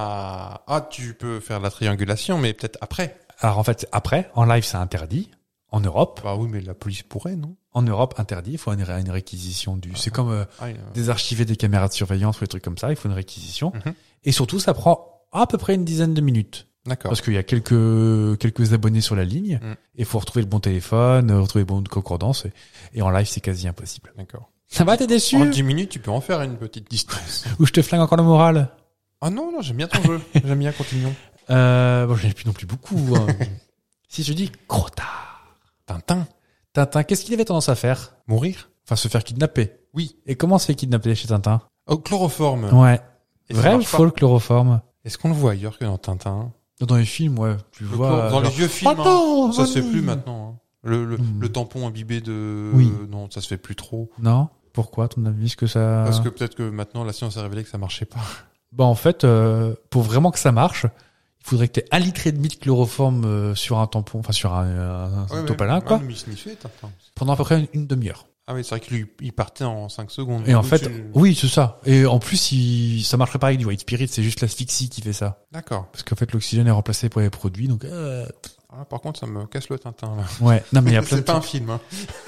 Ah, tu peux faire la triangulation, mais peut-être après. Alors en fait, après, en live, c'est interdit. En Europe. Bah oui, mais la police pourrait, non? En Europe, interdit. Il faut une réquisition c'est comme Oui. désarchiver des caméras de surveillance ou des trucs comme ça. Il faut une réquisition. Mhm. Et surtout, ça prend à peu près une dizaine de minutes. D'accord. Parce qu'il y a quelques abonnés sur la ligne. Mm. Et il faut retrouver le bon téléphone, retrouver les bonnes concordances. Et en live, c'est quasi impossible. D'accord. Ça va, t'es déçu? En 10 minutes, tu peux en faire une petite distance. Ou je te flingue encore le moral? Ah non, j'aime bien ton jeu. J'aime bien, continuons. Bon, j'en ai plus non plus beaucoup. Hein. Si je dis Crotard. Tintin. Tintin, qu'est-ce qu'il avait tendance à faire? Mourir? Enfin, se faire kidnapper. Oui. Et comment se fait kidnapper chez Tintin? Oh, chloroforme. Ouais. Et ça Vrai ou marche pas. faux le chloroforme? Est-ce qu'on le voit ailleurs que dans Tintin? Dans les films, ouais. Tu vois. Dans les genre, vieux films, oh non, ça se fait vas-y. plus maintenant. Hein. Le Hmm. tampon imbibé de... Oui. Non, ça se fait plus trop. Non? Pourquoi, à ton avis, est-ce que ça... Parce que peut-être que maintenant, la science a révélé que ça marchait pas. Bah, en fait, pour vraiment que ça marche, il faudrait que tu aies 1,5 litre de chloroforme sur un tampon, enfin, sur un topalin, quoi, Mais il sniffait, Tintin. pendant à peu près une demi-heure. Ah oui, c'est vrai qu'il il partait en 5 secondes. Et en Donc, fait, oui, c'est ça. Et en plus, ça marcherait pas avec du white spirit, c'est juste l'asphyxie qui fait ça. D'accord. Parce qu'en fait, l'oxygène est remplacé par les produits, donc, Ah, par contre, ça me casse le Tintin, là. ouais. Non, mais il y a plein C'est de pas un trucs. film, hein.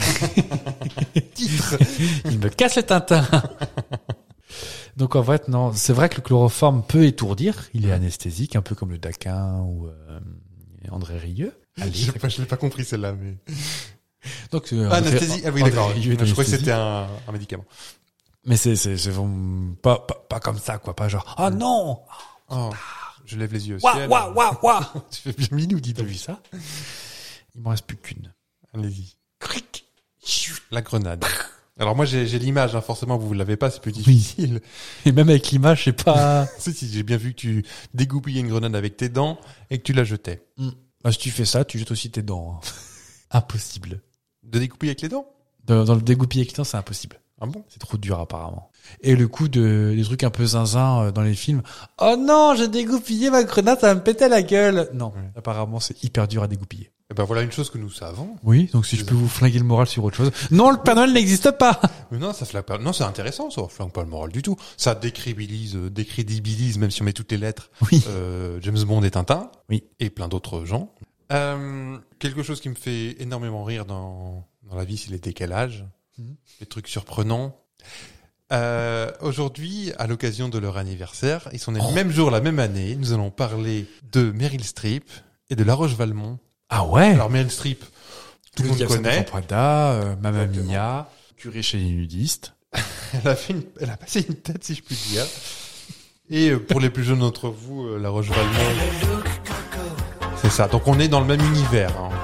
Il me casse le Tintin. Donc, en fait, non, c'est vrai que le chloroforme peut étourdir. Il est anesthésique, un peu comme le Daquin ou André Rieu. Allez, Je l'ai pas compris, celle-là, mais... donc, Anesthésie. Ah oui, André d'accord. Rieu est Je croyais que anesthésique. c'était un médicament. Mais c'est vraiment pas comme ça, quoi. Pas genre, ah non! Oh, je lève les yeux au Ouah, ciel. ouah, ouah, ouah! Tu fais bien minou, dis T'as donc. vu ça? Il m'en reste plus qu'une. Allez-y. La grenade. Alors moi, j'ai l'image, hein. Forcément, vous l'avez pas, c'est plus Oui. difficile. Et même avec l'image, c'est pas... Si, j'ai bien vu que tu dégoupillais une grenade avec tes dents et que tu la jetais. Bah, si tu fais ça, tu jettes aussi tes dents. Hein. Impossible. De dégoupiller avec les dents? Dans le dégoupiller avec les dents, c'est impossible. Ah bon? C'est trop dur, apparemment. Et le coup des trucs un peu zinzin dans les films. Oh non, j'ai dégoupillé ma grenade, ça va me péter la gueule. Non, Ouais. apparemment, c'est hyper dur à dégoupiller. Eh ben voilà une chose que nous savons. Oui, donc si je peux vous flinguer le moral sur autre chose. Non, le Père Noël n'existe pas. Mais non, ça flingue pas. Non, c'est intéressant, ça flingue pas le moral du tout. Ça décrédibilise, même si on met toutes les lettres, Oui. James Bond et Tintin. Oui. Et plein d'autres gens. Quelque chose qui me fait énormément rire dans la vie, c'est les décalages. Mhm. Les trucs surprenants. Aujourd'hui, à l'occasion de leur anniversaire, ils sont nés le même jour, la même année. Nous allons parler de Meryl Streep et de La Roche-Valmont. Ah ouais. Alors Meryl Streep, tout le monde connaît. Prada, Mamma Exactement. Mia, curé chez les nudistes. Elle a passé une tête, si je puis dire. Et pour les plus jeunes d'entre vous, La Roche-Valmont. C'est ça. Donc on est dans le même univers. Hein.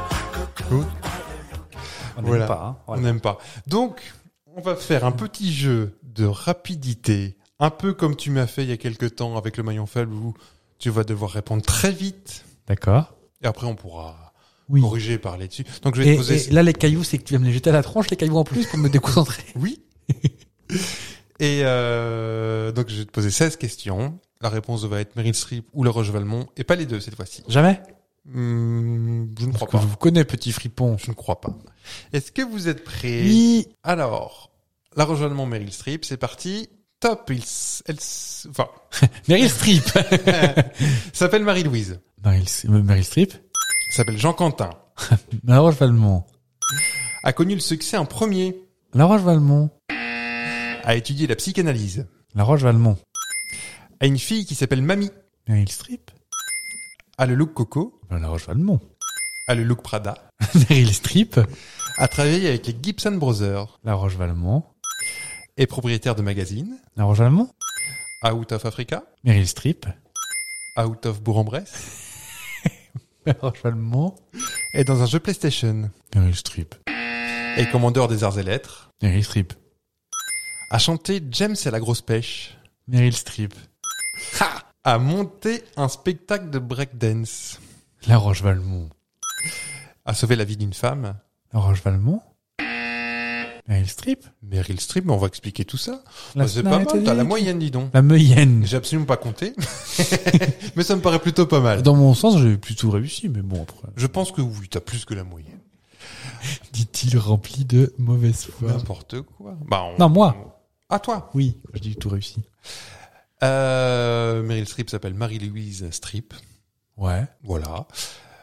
On Voilà. n'aime pas. Hein. On Voilà. n'aime pas. Donc, on va faire un petit jeu de rapidité, un peu comme tu m'as fait il y a quelques temps avec le maillon faible où tu vas devoir répondre très vite. D'accord. Et après, on pourra Oui. corriger et parler dessus. Donc, je vais te poser... Et là, les cailloux, c'est que tu vas me les jeter à la tronche, les cailloux en plus, pour me déconcentrer. Oui. Et donc, je vais te poser 16 questions. La réponse va être Meryl Streep ou La Roche-Valmont, et pas les deux cette fois-ci. Jamais? Je ne crois Parce que pas. je vous connais, petit fripon. Je ne crois pas. Est-ce que vous êtes prêts? Oui. Alors, La Roche-Valmont, Meryl Streep, c'est parti. Top. Enfin, Meryl Streep. s'appelle Marie-Louise. Meryl Streep. S'appelle Jean Quentin. La Roche-Valmont. A connu le succès en premier. La Roche-Valmont. A étudié la psychanalyse. La Roche-Valmont. A une fille qui s'appelle Mamie. Meryl Streep. A le look Coco. La Roche-Valmont. A le look Prada. Meryl Streep. A travaillé avec les Gibson Brothers. La Roche-Valmont. Est propriétaire de magazines. La Roche-Valmont. Out of Africa. Meryl Streep. Out of Bourg-en-Bresse. La Roche-Valmont. Est dans un jeu PlayStation. Meryl Streep. Est commandeur des arts et lettres. Meryl Streep. A chanté James et la grosse pêche. Meryl Streep. A monté un spectacle de breakdance. La Roche-Valmont. A sauvé la vie d'une femme. La Roche-Valmont. Meryl Streep. Meryl Streep, mais on va expliquer tout ça. La C'est pas mal, t'as la Titanic. moyenne, dis donc. La Meuillenne. J'ai absolument pas compté. Mais ça me paraît plutôt pas mal. Dans mon sens, j'ai plutôt réussi, mais bon, après. Je pense que oui, t'as plus que la moyenne. Dit-il rempli de mauvaise foi. N'importe quoi. Bah, Non, moi. À toi. Oui, je dis tout réussi. Meryl Streep s'appelle Marie-Louise Streep. Ouais. Voilà.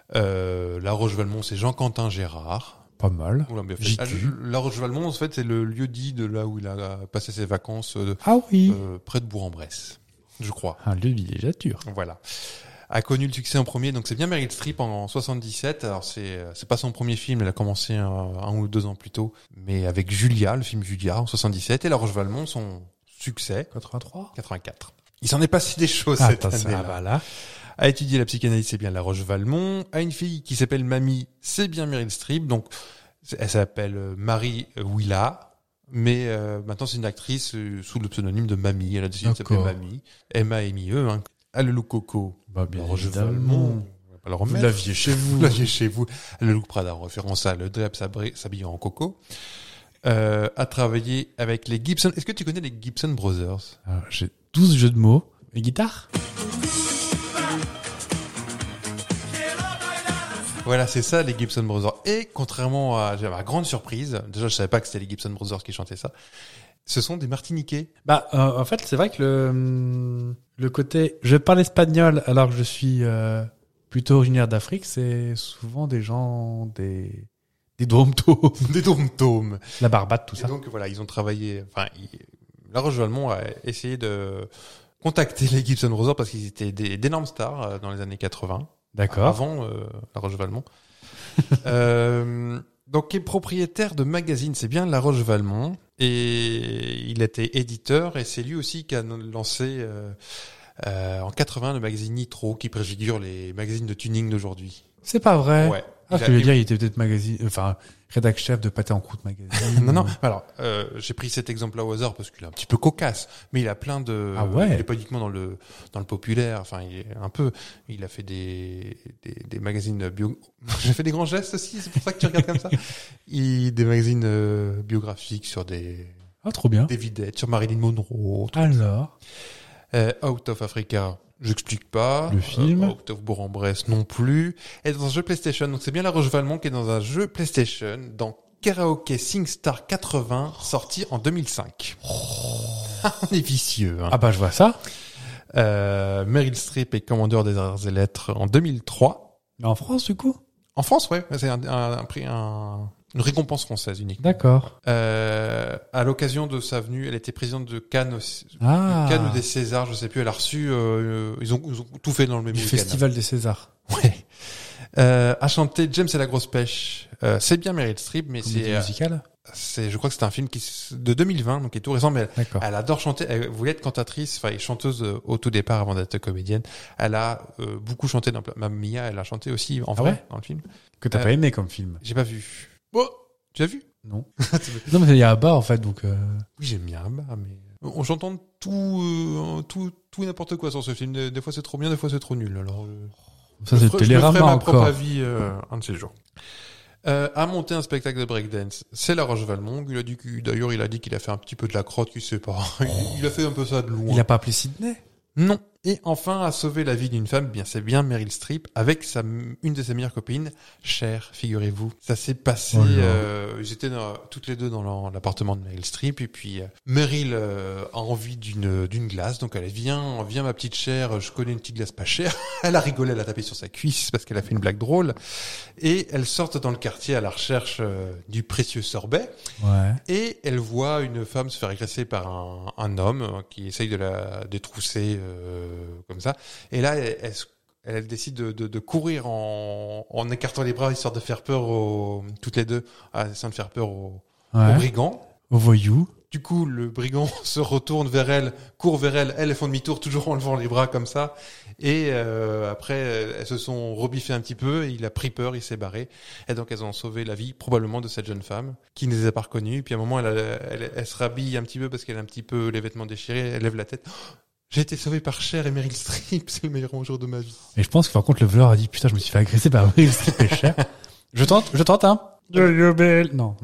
La Roche-Valmont, c'est Jean-Quentin Gérard. Pas mal. Oula, bien fait. JQ. La Roche-Valmont, en fait, c'est le lieu dit de là où il a passé ses vacances, Ah oui. près de Bourg-en-Bresse, je crois. Un lieu de villégiature. Voilà. A connu le succès en premier, donc c'est bien Meryl Streep en 77. Alors c'est pas son premier film, elle a commencé un ou 2 ans plus tôt, mais avec Julia, le film Julia en 77, et La Roche-Valmont, son succès 83. 84. Il s'en est passé des choses Ah, cette attends, année-là. ça va là. A étudié la psychanalyse, c'est bien La Roche-Valmont. A une fille qui s'appelle Mamie, c'est bien Meryl Streep. Donc elle s'appelle Marie Willa, mais maintenant c'est une actrice sous le pseudonyme de Mamie. Elle a décidé de s'appeler D'accord. Mamie. M-A-M-I-E. Hein. Elle le look Coco. Bah, bien La Roche-Valmont. évidemment. On va pas le Vous remettre. l'aviez chez vous. Vous l'aviez chez vous. Le look Prada, en référence à le Drep s'habillant en coco. A travaillé avec les Gibson. Est-ce que tu connais les Gibson Brothers? Ah, j'ai 12 jeux de mots. Les guitares? Voilà, c'est ça, les Gibson Brothers. Et contrairement à, j'avais ma grande surprise, déjà je savais pas que c'était les Gibson Brothers qui chantaient ça, ce sont des Martiniquais. Bah, en fait, c'est vrai que le côté je parle espagnol alors que je suis plutôt originaire d'Afrique, c'est souvent des gens des dom-toms, Des dom-toms. la Barbade, tout Et ça. donc voilà, ils ont travaillé, La Roche-Valmont a essayé de contacter les Gibson Brothers parce qu'ils étaient d'énormes stars dans les années 80. D'accord. Avant La Roche-Valmont. Donc, il est propriétaire de magazine, c'est bien La Roche-Valmont. Et il était éditeur, et c'est lui aussi qui a lancé en 80 le magazine Nitro, qui préfigure les magazines de tuning d'aujourd'hui. C'est pas vrai. Ouais. Ah, ce que je veux dire, il était peut-être rédac chef de Pâté en croûte magazine. Non, non. Alors, j'ai pris cet exemple-là au hasard parce qu'il est un petit peu cocasse, mais il a plein de. Ah ouais. Il est pas uniquement dans le populaire. Enfin, il est un peu. Il a fait des magazines bio. J'ai fait des grands gestes aussi. C'est pour ça que tu regardes comme ça. Des magazines biographiques sur des Ah, trop bien. vedettes, sur Marilyn Monroe. Alors. Out of Africa. J'explique pas. Le film. Out of Bourg-en-Bresse non plus. Et dans un jeu PlayStation. Donc c'est bien La Roche-Valmont qui est dans un jeu PlayStation dans Karaoke SingStar 80 sorti en 2005. On est vicieux. Hein. Ah bah, je vois ça. Meryl Streep est commandeur des arts et lettres en 2003. Mais en France, du coup? En France, ouais. C'est un prix, une récompense française unique. D'accord. À l'occasion de sa venue, elle était présidente de Cannes aussi. Ah. Cannes ou des Césars, je sais plus. Elle a reçu, ils ont tout fait dans le même Du week-end. Festival des Césars. Ouais. A chanté James et la grosse pêche. C'est bien Meryl Streep, mais Comédie musicale. je crois que c'est un film de 2020, donc qui est tout récent, mais D'accord. elle adore chanter. Elle voulait être cantatrice, enfin, et chanteuse au tout départ avant d'être comédienne. Elle a beaucoup chanté dans Mamma Mia. Elle a chanté aussi en vrai ouais dans le film. Que t'as pas aimé comme film. J'ai pas vu. Oh, tu as vu? Non. Non, mais il y a Abba, en fait, donc, Oui, j'aime bien Abba, mais j'entends tout et n'importe quoi sur ce film. Des fois c'est trop bien, des fois c'est trop nul. Alors ça, c'est je Télérama me ferai ma propre encore. avis un de ces jours. A monté un spectacle de breakdance, c'est La Roche-Valmont. D'ailleurs, il a dit qu'il a fait un petit peu de la crotte, qu'il sait pas. Il a fait un peu ça de loin. Il a pas appelé Sydney? Non. Et enfin, a sauvé la vie d'une femme, c'est bien Meryl Streep, avec une de ses meilleures copines, Cher, figurez-vous. Ça s'est passé, ils étaient toutes les deux dans l'appartement de Meryl Streep, et puis Meryl a envie d'une glace, donc elle vient ma petite Cher, je connais une petite glace pas chère. Elle a rigolé, elle a tapé sur sa cuisse parce qu'elle a fait une blague drôle, et elles sortent dans le quartier à la recherche du précieux sorbet. Ouais. Et elle voit une femme se faire agresser par un homme qui essaye de la détrousser comme ça. Et là, elle décide de courir en écartant les bras histoire de faire peur toutes les deux, essayant de faire peur aux brigands. Au voyou. Du coup, le brigand se retourne vers elle, court vers elle, elles font demi-tour, toujours en levant les bras comme ça. Et après, elles se sont rebiffées un petit peu, et il a pris peur, il s'est barré. Et donc, elles ont sauvé la vie, probablement, de cette jeune femme, qui ne les a pas reconnues. Puis à un moment, elle se rhabille un petit peu parce qu'elle a un petit peu les vêtements déchirés, elle lève la tête. Oh, j'ai été sauvé par Cher et Meryl Streep, c'est le meilleur jour de ma vie. Et je pense que par contre, le voleur a dit, putain, je me suis fait agresser par Meryl Streep et Cher. Je tente, hein. Non.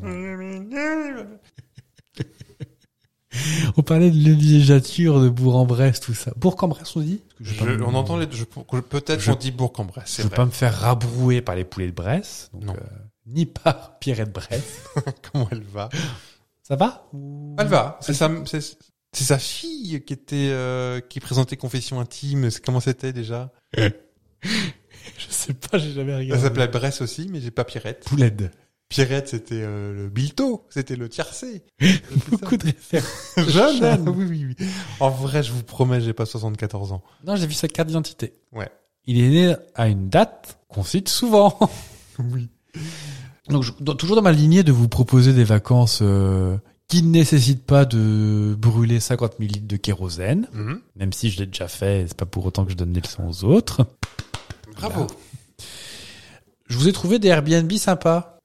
On parlait de villégiature, de Bourg-en-Bresse, tout ça. Bourg-en-Bresse, on dit? On entend peut-être on dit Bourg-en-Bresse, c'est Je veux vrai. pas me faire rabrouer par les poulets de Bresse. Donc, Non. ni par Pierrette Bresse. Comment elle va? Ça va? Elle va. C'est sa fille qui présentait Confession intime. Comment c'était déjà? Je sais pas. J'ai jamais Ça regardé. s'appelait Bresse aussi, mais j'ai pas Pierrette. Pouled. Pierrette, c'était le Bilto, c'était le tiercé. Beaucoup de références. Jeune, hein. Oui. En vrai, je vous promets, j'ai pas 74 ans. Non, j'ai vu sa carte d'identité. Ouais. Il est né à une date qu'on cite souvent. Oui. Donc, toujours dans ma lignée de vous proposer des vacances qui ne nécessitent pas de brûler 50 000 litres de kérosène, même si je l'ai déjà fait, c'est pas pour autant que je donne des leçons aux autres. Bravo. Je vous ai trouvé des Airbnb sympas.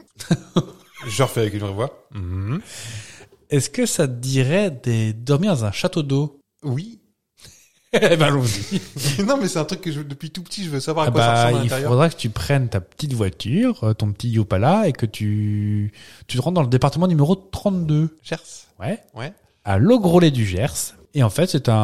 Je refais avec une vraie voix. Est-ce que ça te dirait de dormir dans un château d'eau? Oui. Eh ben, allons-y. Non, mais c'est un truc que depuis tout petit, je veux savoir à Ah quoi ça bah, ressemble à il l'intérieur. faudra que tu prennes ta petite voiture, ton petit Yopala, et que tu te rentres dans le département numéro 32. Gers. Ouais. Ouais. À Logrolet du Gers. Et en fait, c'est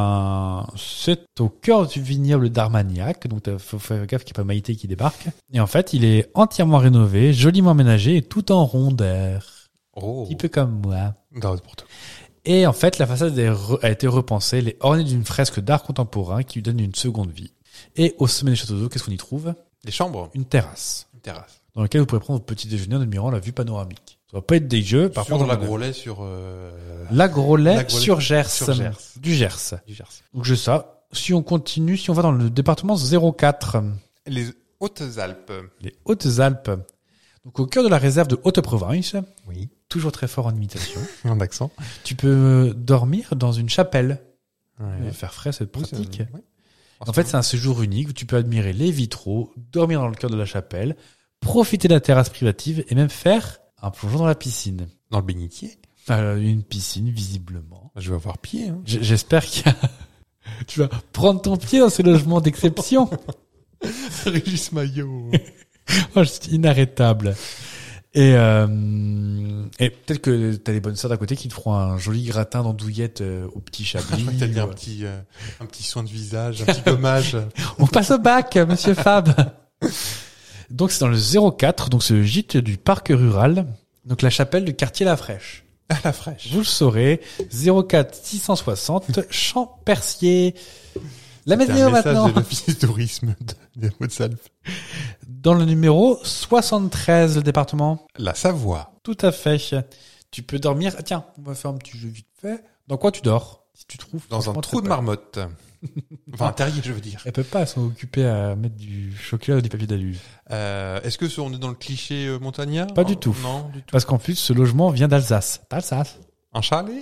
au cœur du vignoble d'Armagnac. Donc, faut faire gaffe qu'il n'y ait pas Maïté qui débarque. Et en fait, il est entièrement rénové, joliment aménagé et tout en rondeur. Oh. Un petit peu comme moi. Non, n'importe quoi. Et en fait, la façade a été repensée. Elle est ornée d'une fresque d'art contemporain qui lui donne une seconde vie. Et au sommet du château d'eau, qu'est-ce qu'on y trouve? Les chambres. Une terrasse. Une terrasse. Dans laquelle vous pourrez prendre votre petit déjeuner en admirant la vue panoramique. Ça va pas être dégueu. Par Sur contre, la Grolet, sur la Grolet La Grolet sur Gers. sur Gers. Du Gers. du Gers. Donc j'ai ça. Si on continue, si on va dans le département 04, Les Hautes-Alpes. les Hautes-Alpes. Donc au cœur de la réserve de Haute-Provence, Oui. toujours très fort en imitation, En accent. tu peux dormir dans une chapelle. Ouais. Faire frais, c'est Oui, pratique. ouais. En fait, c'est un séjour unique où tu peux admirer les vitraux, dormir dans le cœur de la chapelle, profiter de la terrasse privative et même faire un plongeon dans la piscine. Dans le bénitier. Une piscine, visiblement. Je vais avoir pied. Hein. J'espère qu'il y a... Tu vas prendre ton pied dans ce logement d'exception. Régis Maillot. Oh, c'est inarrêtable. Et peut-être que t'as des bonnes sœurs d'à côté qui te feront un joli gratin d'andouillette au petit chablis. T'as dit un petit soin de visage, un petit gommage. On passe au bac, monsieur Fab. Donc c'est dans le 04, donc c'est le gîte du parc rural. Donc la chapelle du quartier La Fraîche. À la fraîche. Vous le saurez, 04 660 Champ-Percier. La C'est météo un message maintenant. de l'office de tourisme des Hautes-Alpes. Dans le numéro 73, le département. La Savoie. Tout à fait. Tu peux dormir. Ah, tiens, on va faire un petit jeu vite fait. Dans quoi tu dors? Si tu trouves. Dans un franchement, trou de t'as pas- marmotte. Enfin, un terrier, je veux dire. Elles peuvent pas, elles sont occupées à mettre du chocolat ou du papier d'alu. Est-ce que on est dans le cliché montagnard? Pas du tout. Non, du tout. Parce qu'en plus, ce logement vient d'Alsace. D'Alsace. Un chalet?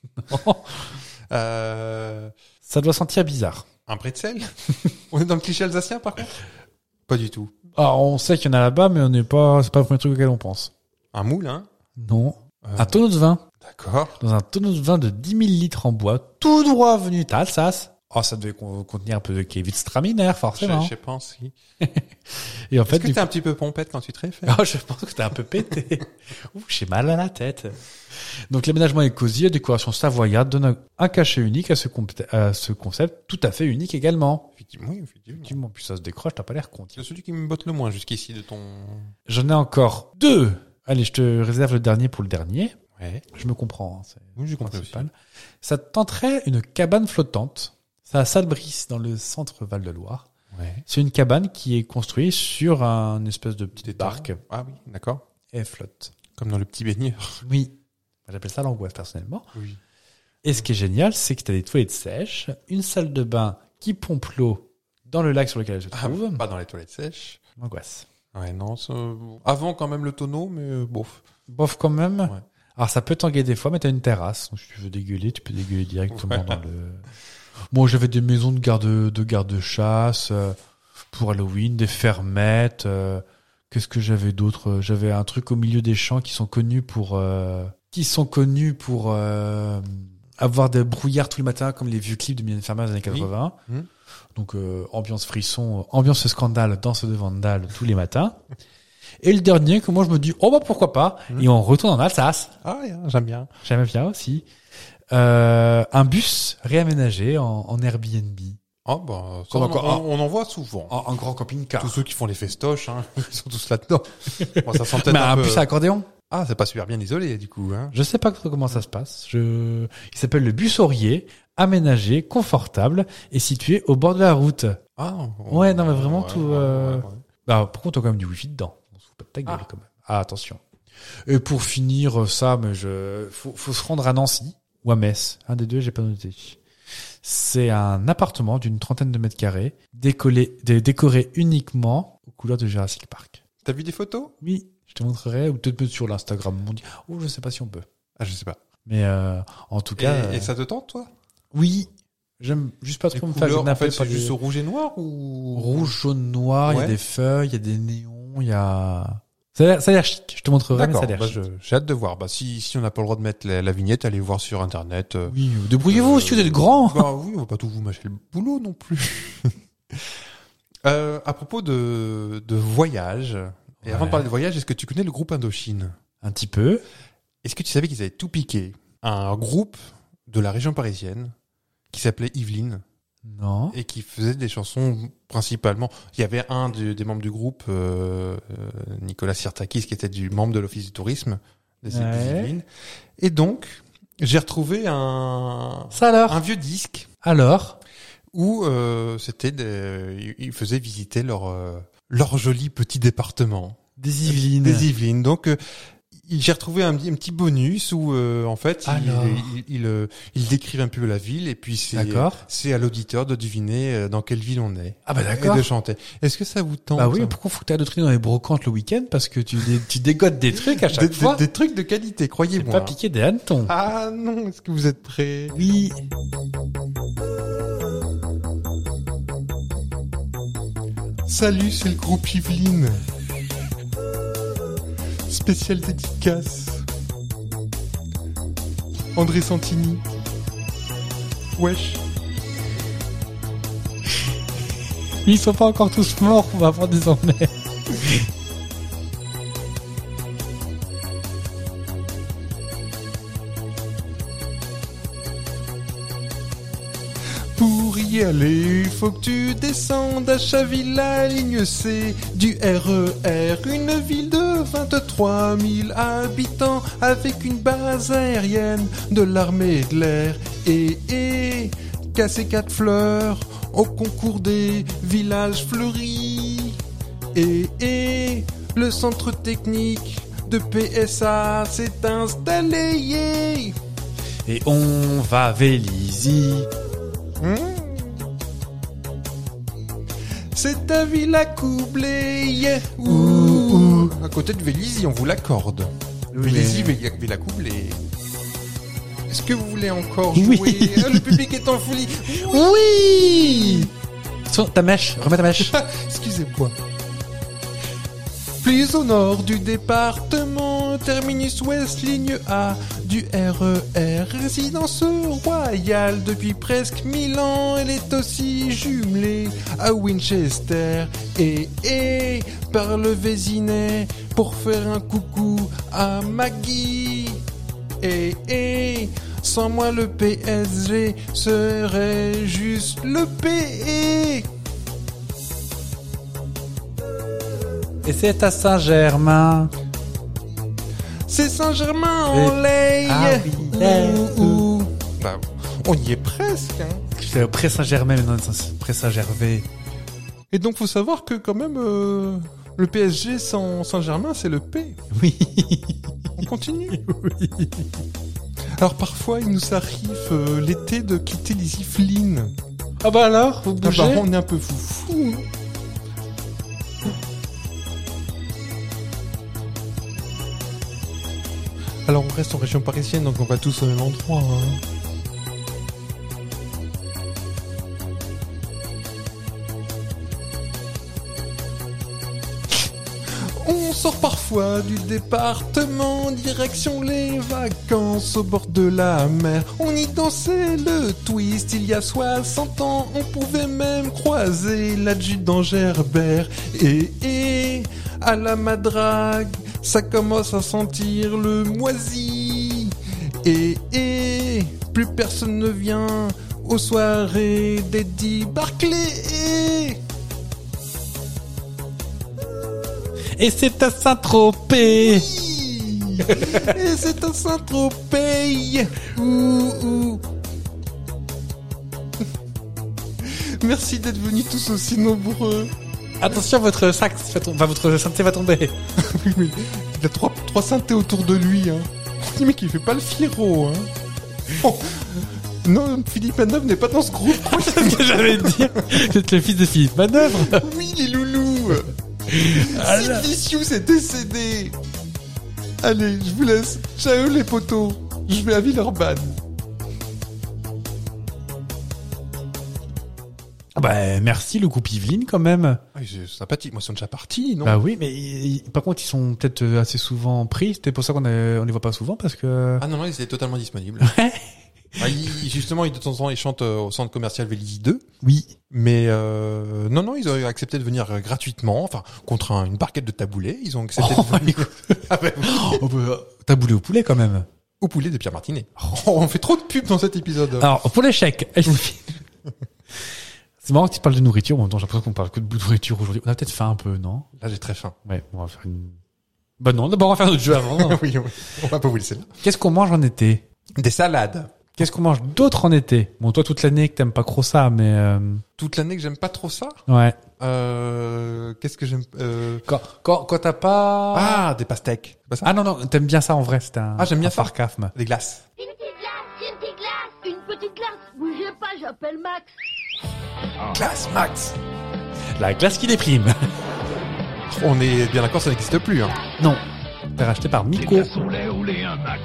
Ça doit sentir bizarre. Un bretzel? On est dans le cliché alsacien, par contre? Pas du tout. Ah, on sait qu'il y en a là-bas, mais on n'est pas, c'est pas le premier truc auquel on pense. Un moule, hein? Non. Un tonneau de vin. D'accord. Dans un tonneau de vin de 10 000 litres en bois, tout droit venu d'Alsace. Oh, ça devait contenir un peu de Gewürztraminer, forcément. Je pense, si. Et en Est-ce fait, que du t'es un petit peu pompette quand tu te réfères? oh, je pense que t'es un peu pété. Ouh, j'ai mal à la tête. Donc, l'aménagement est cosy, la décoration savoyarde donne un cachet unique à ce concept, tout à fait unique également. Effectivement, oui, effectivement. Effectivement, puis ça se décroche, t'as pas l'air con. C'est celui qui me botte le moins jusqu'ici de ton... J'en ai encore 2. Allez, je te réserve le dernier pour le dernier. Ouais. Je me comprends, hein, c'est Oui, j'ai compris aussi. principal. Ça te tenterait une cabane flottante. C'est à Salbris, dans le centre Val-de-Loire. Ouais. C'est une cabane qui est construite sur un espèce de petite barque Ah oui, d'accord. et elle flotte. Comme dans le petit baigneur. Oui. J'appelle ça l'angoisse personnellement. Oui. Et ce qui est génial, c'est que tu as des toilettes sèches, une salle de bain qui pompe l'eau dans le lac sur lequel elle se trouve. Pas dans les toilettes sèches. Angoisse. Ouais, non, avant quand même le tonneau, mais bof. Bof quand même. Ouais. Alors ça peut t'enguer des fois, mais t'as une terrasse. Donc, si tu veux dégueuler, tu peux dégueuler directement Ouais. dans le... Bon, j'avais des maisons de garde-chasse pour Halloween, des fermettes. Qu'est-ce que j'avais d'autre? J'avais un truc au milieu des champs qui sont connus pour avoir des brouillards tous les matins, comme les vieux clips de Mylène Farmer des années 80. Mmh. Donc ambiance frisson, ambiance scandale, danse de Vandale tous les matins. Et le dernier que moi je me dis oh bah pourquoi pas, et on retourne en Alsace. Ah, j'aime bien. J'aime bien aussi. Un bus réaménagé en Airbnb. Oh, bah, ça, Comme encore- on en voit souvent. En grand camping-car. Tous ceux qui font les festoches, hein, ils sont tous là-dedans. Bon, ça sent peut-être Mais un un peu... bus à accordéon. Ah, c'est pas super bien isolé, du coup, hein. Je sais pas trop comment ça se passe. Il s'appelle le bus Aurier, aménagé, confortable et situé au bord de la route. Ah, Ouais, non, mais vraiment tout, Bah, par contre, t'as quand même du wifi dedans. On se fout pas de ta gueule, quand même. Ah, attention. Et pour finir ça, mais faut se rendre à Nancy ou à Metz. Un des deux, j'ai pas noté. C'est un appartement d'une 30aine de mètres carrés, décoré uniquement aux couleurs de Jurassic Park. T'as vu des photos? Oui, je te montrerai, ou peut-être sur l'Instagram. Je sais pas si on peut. Ah, je sais pas. Mais en tout cas... Et ça te tente, toi? Oui, j'aime juste pas trop me faire en napper fait, par c'est juste au rouge et noir ou... rouge, jaune, noir, il y a Ouais. des feuilles, il y a des néons, il y a... Ça a l'air chic, je te montrerai, mais ça a D'accord, l'air chic. j'ai hâte de voir. Si on n'a pas le droit de mettre la vignette, allez voir sur Internet. Oui, débrouillez-vous aussi, vous êtes grand. Bah oui, on va pas tout vous mâcher le boulot non plus. À propos de voyage, et avant de parler de voyage, est-ce que tu connais le groupe Indochine? Un petit peu. Est-ce que tu savais qu'ils avaient tout piqué à un groupe de la région parisienne qui s'appelait Yveline Non. et qui faisait des chansons principalement. Il y avait un des membres du groupe, Nicolas Sirtakis, qui était du membre de l'Office du tourisme des Yvelines. Et donc, j'ai retrouvé Ça alors? un vieux disque Alors? où ils faisaient visiter leur joli petit département Des Yvelines. des Yvelines. Donc j'ai retrouvé un petit bonus où en fait Alors. il décrivent un peu la ville et puis D'accord. c'est à l'auditeur de deviner dans quelle ville on est Ah bah et d'accord. de chanter. Est-ce que ça vous tente? Bah oui, pourquoi faut que t'ailles de trucs dans les brocantes le week-end? Parce que tu dégotes des trucs à chaque fois. Des trucs de qualité, C'est croyez-moi. pas piquer des hannetons. Ah non, est-ce que vous êtes prêts? Oui. Salut, c'est le groupe Yveline. Spécial dédicace. André Santini. Wesh. Ils sont pas encore tous morts, on va avoir des emmerdes. Pour y aller, faut que tu descendes à Chaville, la ligne C du RER. Une ville de 23 000 habitants avec une base aérienne de l'armée de l'air. Et casser 4 fleurs au concours des villages fleuris. Et le centre technique de PSA s'est installé. Yeah. Et on va à Vélizy. C'est ta ville à coubler, yeah. Ouh. À côté de Vélizy, on vous l'accorde. Vélizy, Villa Coublé. Est-ce que vous voulez encore jouer? Oui. Le public est en folie. Oui! Ta mèche, remets ta mèche. Excusez-moi. Plus au nord du département, terminus ouest, ligne A du RER, résidence royale depuis presque 1000 ans. Elle est aussi jumelée à Winchester et par le Vésinet pour faire un coucou à Maggie. Et sans moi le PSG serait juste le PE. Et c'est à Saint-Germain. C'est Saint-Germain-en-Laye. Ah oui. Ouh. Bah, on y est presque. Hein. C'est près Saint-Germain, mais non, c'est près Saint-Gervais. Et donc, faut savoir que quand même, le PSG sans Saint-Germain, c'est le P. Oui. On continue. Oui. Alors parfois, il nous arrive l'été de quitter les Yvelines. Ah bah alors, vous Ah bougez? bah, on est un peu foufou. Alors on reste en région parisienne, donc on va tous au même endroit. Hein. On sort parfois du département, direction les vacances au bord de la mer. On y dansait le twist il y a 60 ans, on pouvait même croiser l'adjudant Gerbert. Et à la madrague, ça commence à sentir le moisi. Et plus personne ne vient aux soirées d'Eddie Barclay. Et c'est à Saint-Tropez. Et c'est un Saint-Tropez. Ouh. Merci d'être venus tous aussi nombreux. Attention, votre sax va tomber, votre synthé va tomber. Il a trois synthés autour de lui, hein. Le mec, il fait pas le Firo, hein. Oh. Non, Philippe Manœuvre n'est pas dans ce groupe. C'est ce que j'allais dire. C'est le fils de Philippe Manœuvre. Oui, les loulous. Sid Vicious est décédé. Allez, je vous laisse. Ciao les potos. Je vais à Villeurbanne. Bah, merci le groupe Yveline quand même. Ah, c'est sympathique. Moi, ils sont déjà partis, non? Bah oui, mais par contre, ils sont peut-être assez souvent pris. C'était pour ça on les voit pas souvent parce que... Ah non, ils étaient totalement disponibles. Ouais. Ah, justement, de temps en temps, ils chantent au centre commercial Vélizy 2. Oui. Mais non, ils ont accepté de venir gratuitement, enfin contre une barquette de taboulé. Ils ont accepté de venir. Ah ben, Taboulé au poulet quand même. Au poulet de Pierre Martinet. Oh, on fait trop de pub dans cet épisode. Alors, pour l'échec. C'est marrant que tu parles de nourriture. En même temps, j'ai l'impression qu'on parle que de nourriture aujourd'hui. On a peut-être faim un peu, non? Là, j'ai très faim. Ouais, on va faire une... Bah non, d'abord on va faire notre jeu avant. Oui, on va pas vous laisser là. Qu'est-ce qu'on mange en été? Des salades. Qu'est-ce qu'on mange d'autre en été? Bon, toi, toute l'année que t'aimes pas trop ça, mais... Toute l'année que j'aime pas trop ça. Ouais. Qu'est-ce que j'aime Quand t'as pas... Ah, des pastèques. C'est pas ça? Ah non, t'aimes bien ça en vrai, c'était un... Ah, j'aime bien un ça. sarcasme. Des glaces. Une petite glace. Bougez pas, j'appelle Max. Glace Max. La glace qui déprime. On est bien d'accord, ça n'existe plus, hein. Non. C'est racheté par Miko. Au lait ou lait, un max.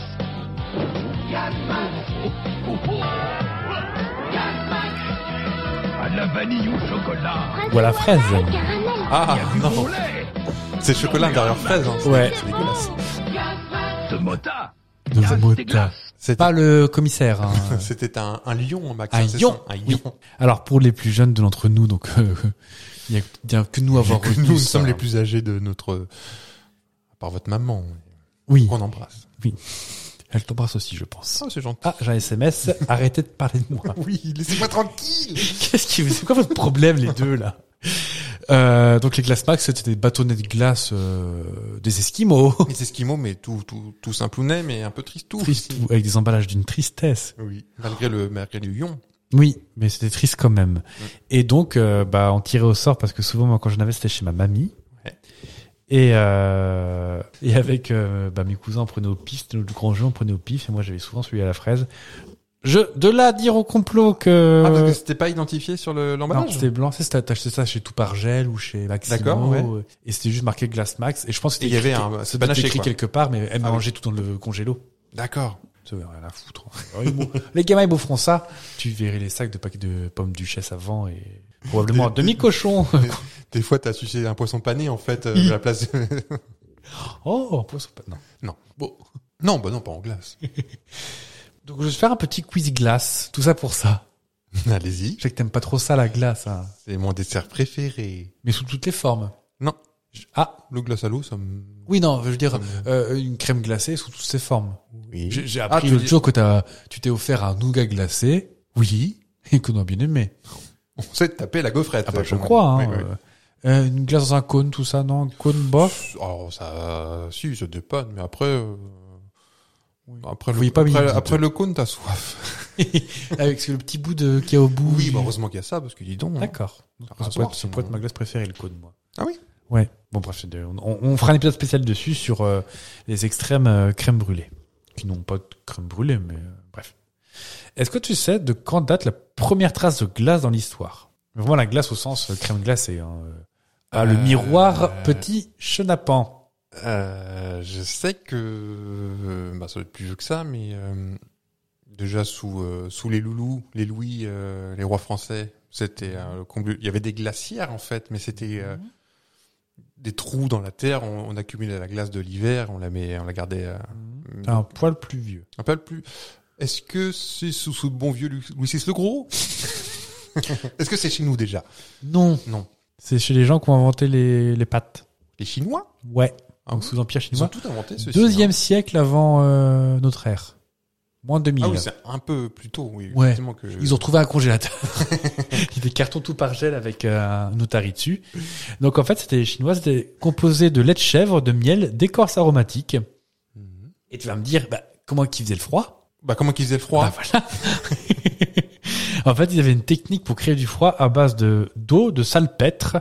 À la vanille ou chocolat. Ou à la fraise. Ah, non. C'est chocolat derrière fraise, hein. Ouais. C'est dégueulasse. Ce mota. De Glace, Mota. des glaces. C'était, Pas le commissaire. Hein. c'était un lion, Max. Un hein, c'est lion. ça, un Oui. lion. Alors pour les plus jeunes de l'entre nous, donc il y a bien que nous avoir retenu Nous ça. sommes les plus âgés de notre... À part votre maman, Oui, qu'on embrasse. elle t'embrasse aussi, je pense. Oh, c'est gentil. Ah, j'ai un SMS. Arrêtez de parler de moi. Oui, laissez-moi tranquille. C'est quoi votre problème les deux là? Donc les glaces Max, c'était des bâtonnets de glace des Esquimaux. Les Esquimaux, mais tout simplounet, mais un peu tristou. Triste, aussi. avec des emballages d'une tristesse. Oui. Malgré le lion. Oui, mais c'était triste quand même. Et donc, on tirait au sort parce que souvent, moi, quand j'en avais, c'était chez ma mamie. Ouais. Et avec mes cousins, on prenait au pif. C'était notre grand jeu, on prenait au pif. Et moi, j'avais souvent celui à la fraise. De là à dire au complot que... Ah, parce que c'était pas identifié sur non, l'emballage? c'était blanc. T'as acheté ça chez Tout par Gel ou chez Maximo. D'accord, ouais. Et c'était juste marqué Glace Max. Et je pense que Et c'était il y avait écrit- un, c'était panaché, écrit quoi. quelque part, mais elle Ah mélangeait tout dans le congélo. D'accord. Ça veut rien à foutre. Les gamins, ils boufferont ça. Tu verrais les sacs de paquets de pommes duchesse avant et probablement un demi-cochon. Des fois, t'as sucé un poisson pané, en fait, à la place de... Oh, poisson pas. Non. Non. Bon. Non, bah non, pas en glace. Donc, je vais faire un petit quiz glace. Tout ça pour ça. Allez-y. Je sais que t'aimes pas trop ça, la glace, hein. C'est mon dessert préféré. Mais sous toutes les formes. Non. Ah. Le glace à l'eau, ça me... Oui, non, je veux dire, une crème glacée sous toutes ses formes. Oui. J'ai Ah, appris tu l'autre dis- jour que tu t'es offert un nougat glacé. Oui. Et qu'on a bien aimé. On sait taper la gaufrette. Ah bah, je quand même. crois, hein. Oui, oui. Une glace dans un cône, tout ça, non? Cône bof. Alors, ça, si, ça dépanne, mais après, après, Vous voyez pas bien, après le cône, t'as soif. Avec le petit bout qu'il y a au bout. Oui, bah, heureusement qu'il y a ça, parce que dis donc. D'accord. Ça Ça pourrait être ma glace préférée, le cône, moi. Ah oui? Ouais. Bon, bref, on fera un épisode spécial dessus sur les extrêmes crème brûlée. Qui n'ont pas de crème brûlée, mais bref. Est-ce que tu sais de quand date la première trace de glace dans l'histoire? Vraiment la glace au sens crème glacée. Hein. Le miroir petit chenapan. Je sais que, ça doit être plus vieux que ça, mais déjà sous les loulous, les Louis, les rois français, c'était le comble. Il y avait des glacières en fait, mais c'était des trous dans la terre. On accumulait la glace de l'hiver, on la gardait Un poil plus vieux. un peu plus. Est-ce que c'est sous ce bon vieux Louis VI le Gros? Est-ce que c'est chez nous déjà? Non. Non. C'est chez les gens qui ont inventé les pâtes. Les Chinois? Ouais. Ah Donc oui. sous Empire Ils ont chinois. tout inventé, ceci. Deuxième siècle avant notre ère. Moins de 2000. Ah oui, c'est un peu plus tôt, oui. Ouais. Effectivement que... Ils ont trouvé un congélateur. Il y a des cartons tout par gel avec un otari dessus. Donc en fait, c'était les Chinois, c'était composé de lait de chèvre, de miel, d'écorce aromatique. Mhm. Et tu vas me dire, comment qu'ils faisaient le froid? Bah, comment qu'ils faisaient le froid? Bah voilà. En fait, ils avaient une technique pour créer du froid à base d'eau, de salpêtre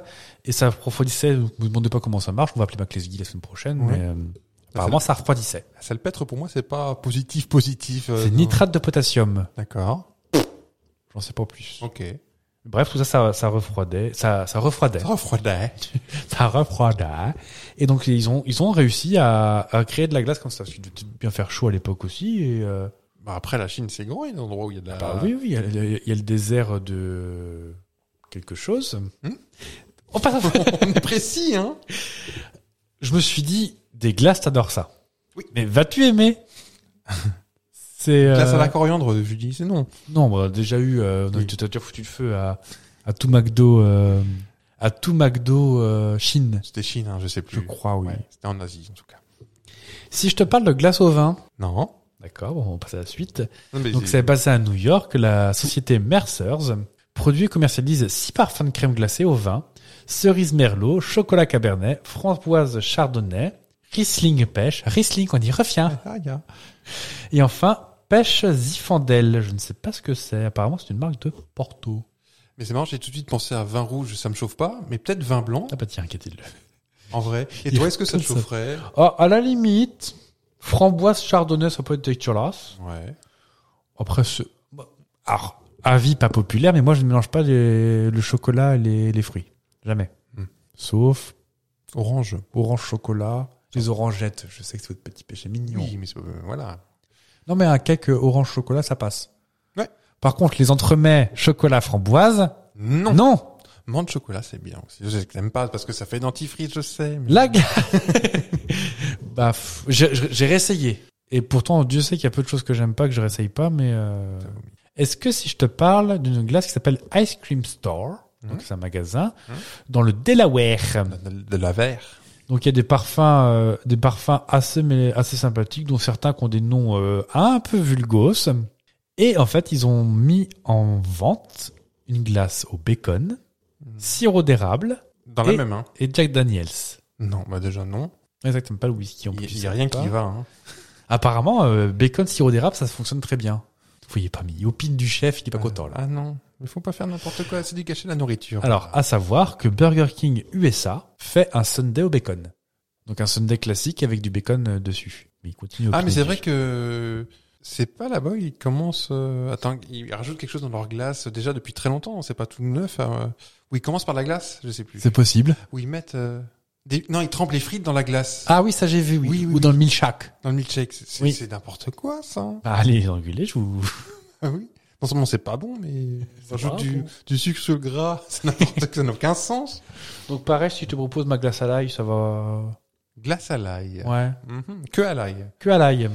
Et ça refroidissait. Vous me demandez pas comment ça marche. On va appeler Mac Lesguy la semaine prochaine. Ouais. Mais apparemment, ça refroidissait. La salpêtre, pour moi, c'est pas positif. C'est non. nitrate de potassium. D'accord. J'en sais pas plus. Ok. Bref, tout ça refroidait. Ça refroidait. Ça refroidait. Ça refroidait. Et donc, ils ont réussi à créer de la glace comme ça. Parce qu'il devait bien faire chaud à l'époque aussi. Et, Bah après, la Chine, c'est grand. Il y a des endroits où il y a de la... bah oui, il y a le désert de quelque chose. On passe à... On est précis, hein. Je me suis dit, des glaces, t'adores ça. Oui. Mais vas-tu aimer? C'est Glace à la coriandre, je dis, c'est non. non, on a déjà eu, Oui. tu t'as déjà foutu le feu à tout McDo, Chine. C'était Chine, hein, je sais plus. Je crois, oui. Ouais, c'était en Asie, en tout cas. Si je te parle de glace au vin, Non. d'accord, bon, on passe à la suite. Non, mais Donc, c'est basé à New York. La société Mercer's produit et commercialise 6 parfums de crème glacée au vin, cerise merlot, chocolat cabernet, framboise chardonnay, Riesling pêche, Riesling, on dit revient. Ah, y a. Et enfin, pêche Zinfandel. Je ne sais pas ce que c'est. Apparemment, c'est une marque de Porto. Mais c'est marrant, j'ai tout de suite pensé à vin rouge, ça me chauffe pas, mais peut-être vin blanc, Ah bah tiens, inquiétez-le. en vrai. Et Il toi, est-ce que ça te comme ça. chaufferait? Oh, à la limite, framboise chardonnay, ça peut être dégueulasse. Ouais. Après, alors, avis pas populaire, mais moi, je ne mélange pas le chocolat et les fruits. Jamais. Hmm. Sauf Orange. orange chocolat, les orangettes. Je sais que c'est votre petit péché mignon. Oui, mais voilà. Non, mais un cake orange chocolat, ça passe. Ouais. Par contre, les entremets chocolat framboise, Non. non. Menthe chocolat, c'est bien aussi. Je sais que t'aimes pas parce que ça fait dentifrice, je sais. Mais... La bah, j'ai réessayé. Et pourtant, Dieu sait qu'il y a peu de choses que j'aime pas, que je réessaye pas, mais est-ce que si je te parle d'une glace qui s'appelle Ice Cream Store, donc c'est un magasin, dans le Delaware. De la verre. Donc il y a des parfums assez sympathiques, dont certains qui ont des noms un peu vulgos. Et en fait, ils ont mis en vente une glace au bacon, sirop d'érable Dans la même, hein. et Jack Daniels. Non, bah déjà non. Exactement, pas le whisky. En Il plus, y a rien qui va, hein. Apparemment, bacon, sirop d'érable, ça fonctionne très bien. Vous voyez pas mis. Opine du chef, il est pas content là. Ah non. Il faut pas faire n'importe quoi, c'est du gâcher la nourriture. Alors, à savoir que Burger King USA fait un sundae au bacon. Donc un sundae classique avec du bacon dessus. Mais il continue. Ah, mais c'est vrai que c'est pas là-bas, ils commencent... Attends, ils rajoutent quelque chose dans leur glace déjà depuis très longtemps, c'est pas tout neuf. Où ils commencent par la glace, je sais plus. C'est possible. Où ils mettent... Non, ils trempent les frites dans la glace. Ah oui, ça j'ai vu, oui. Oui, oui, Ou dans le milkshake. Dans le milkshake. C'est Oui. c'est n'importe quoi, ça. Bah, allez, engueulez, je vous... Ah oui. Non seulement c'est pas bon, mais ils C'est rajoutent pas du, bon. du sucre sur le gras. C'est n'importe quoi, ça n'a aucun sens. Donc pareil, si je te propose ma glace à l'ail, ça va... Glace à l'ail. Ouais. Mhm. Que à l'ail. Que à l'ail.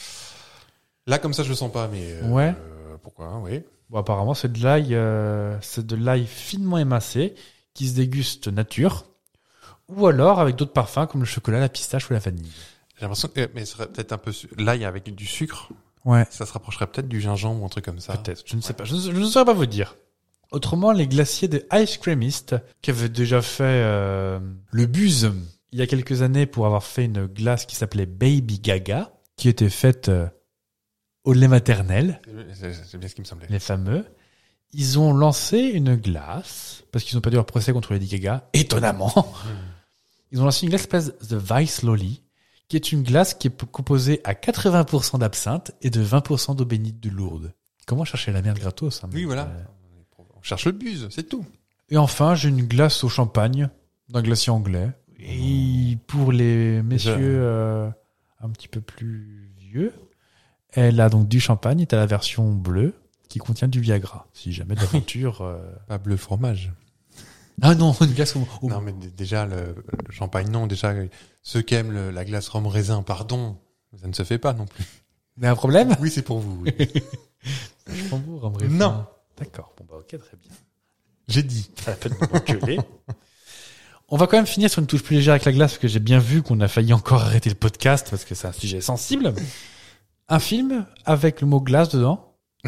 Là, comme ça, je le sens pas, mais... Ouais. Pourquoi, oui. Bon, apparemment, c'est de l'ail finement émincé qui se déguste nature. Ou alors avec d'autres parfums comme le chocolat, la pistache ou la vanille. J'ai l'impression que... Mais ce serait peut-être un peu... L'ail avec du sucre, Ouais. ça se rapprocherait peut-être du gingembre ou un truc comme ça. Peut-être, je ne sais pas, je ne saurais pas vous dire. Autrement, les glaciers de Ice Creamist, qui avaient déjà fait le buzz il y a quelques années pour avoir fait une glace qui s'appelait Baby Gaga, qui était faite au lait maternel, C'est bien ce qui me semblait. les fameux. Ils ont lancé une glace, parce qu'ils n'ont pas dû leur procès contre Lady Gaga, étonnamment. Ils ont lancé une glace qui s'appelle The Vice Lolly, qui est une glace qui est composée à 80% d'absinthe et de 20% d'eau bénite de Lourdes. Comment chercher la merde gratos, hein, Oui, mais, voilà. On cherche le buzz, c'est tout. Et enfin, j'ai une glace au champagne d'un glacier anglais. Et pour les messieurs un petit peu plus vieux, elle a donc du champagne, et t'as la version bleue qui contient du Viagra. Si jamais d'aventure... Pas bleu fromage. Ah non, une glace au... Non, mais déjà, le champagne, non. Déjà, ceux qui aiment la glace rhum raisin, pardon, ça ne se fait pas non plus. Mais un problème? Oui, c'est pour vous. Oui. Chambourg, un vrai Non. fin. D'accord, bon bah ok, très bien. J'ai dit. Ça peut m'engueuler. On va quand même finir sur une touche plus légère avec la glace, parce que j'ai bien vu qu'on a failli encore arrêter le podcast, parce que c'est un sujet sensible. Un film avec le mot glace dedans.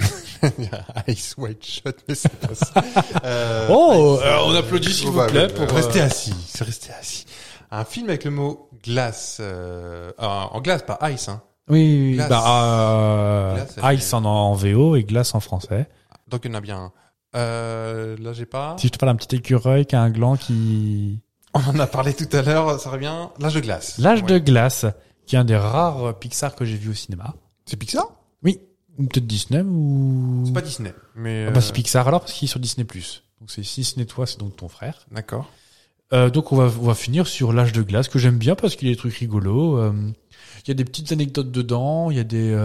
Ice White Shot, mais c'est pas ça. On applaudit s'il vous plaît pour... Restez assis. C'est rester assis. Un film avec le mot glace, en glace, pas ice, hein. Oui, Glace. bah, Glace, Ice en VO et glace en français. Donc il y en a bien un. Là, j'ai pas. Si je te parle d'un petit écureuil qui a un gland qui... On en a parlé tout à l'heure, ça revient. L'âge de glace. L'âge de Ouais. glace, qui est un des rares Pixar que j'ai vu au cinéma. C'est Pixar? Oui. Ou peut-être Disney ou... C'est pas Disney. Mais, Ah bah c'est Pixar alors parce qu'il est sur Disney+. Donc c'est si ce n'est toi, c'est donc ton frère. D'accord. Donc on va finir sur l'âge de glace que j'aime bien parce qu'il y a des trucs rigolos. Il y a des petites anecdotes dedans. Il y a des...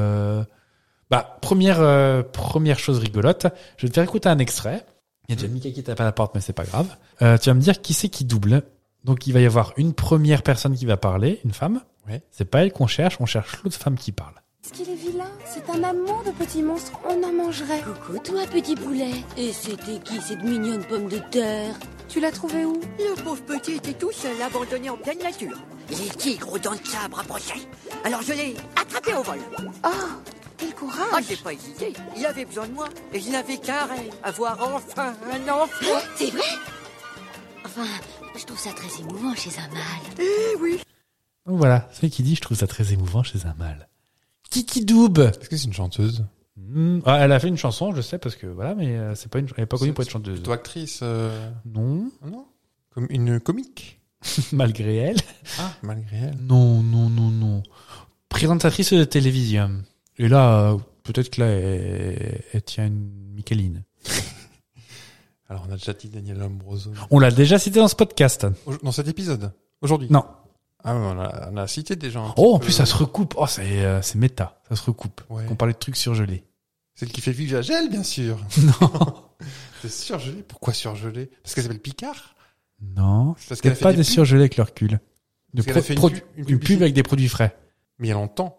Première chose rigolote. Je vais te faire écouter un extrait. Il y a déjà Mika qui tape à la porte, mais c'est pas grave. Tu vas me dire qui c'est qui double. Donc il va y avoir une première personne qui va parler, une femme. Ouais. C'est pas elle qu'on cherche, on cherche l'autre femme qui parle. Est-ce qu'il est vilain? C'est un amour de petit monstre, on en mangerait. Coucou toi petit poulet. Et c'était qui cette mignonne pomme de terre? Tu l'as trouvé où? Le pauvre petit était tout seul, abandonné en pleine nature. Les tigres aux dents de sabre approchaient. Alors je l'ai attrapé au vol. Oh, quel Ah, courage! j'ai pas hésité. Il avait besoin de moi. Et je n'avais qu'un rêve. Avoir enfin un enfant. C'est vrai? Enfin, je trouve ça très émouvant chez un mâle. Eh oui. Donc voilà, c'est qui dit, je trouve ça très émouvant chez un mâle. Kiki Doub. Est-ce que c'est une chanteuse? Elle a fait une chanson, je sais, parce que voilà, mais c'est pas elle est pas connue pour être chanteuse. Plutôt actrice, Non, non? Comme une comique? malgré elle. Ah, malgré elle. Non. Présentatrice de télévision. Et là, peut-être que là, elle tient une Micheline. Alors, on a déjà dit Daniel Lombroso. On l'a déjà cité dans ce podcast. Dans cet épisode? Aujourd'hui? Non. Ah, ouais, on a cité déjà. Oh, en plus, ça se recoupe. Oh, c'est méta. Ça se recoupe. Ouais. On parlait de trucs surgelés. Celle qui fait vivre la gel, bien sûr. Non. C'est surgelé. Pourquoi surgelé? Parce qu'elle s'appelle Picard? Non. Parce qu'elle a C'est fait pas des des pubs. surgelés avec leur cul. Parce qu'elle a fait une Une pub avec des produits frais. Mais il y a longtemps.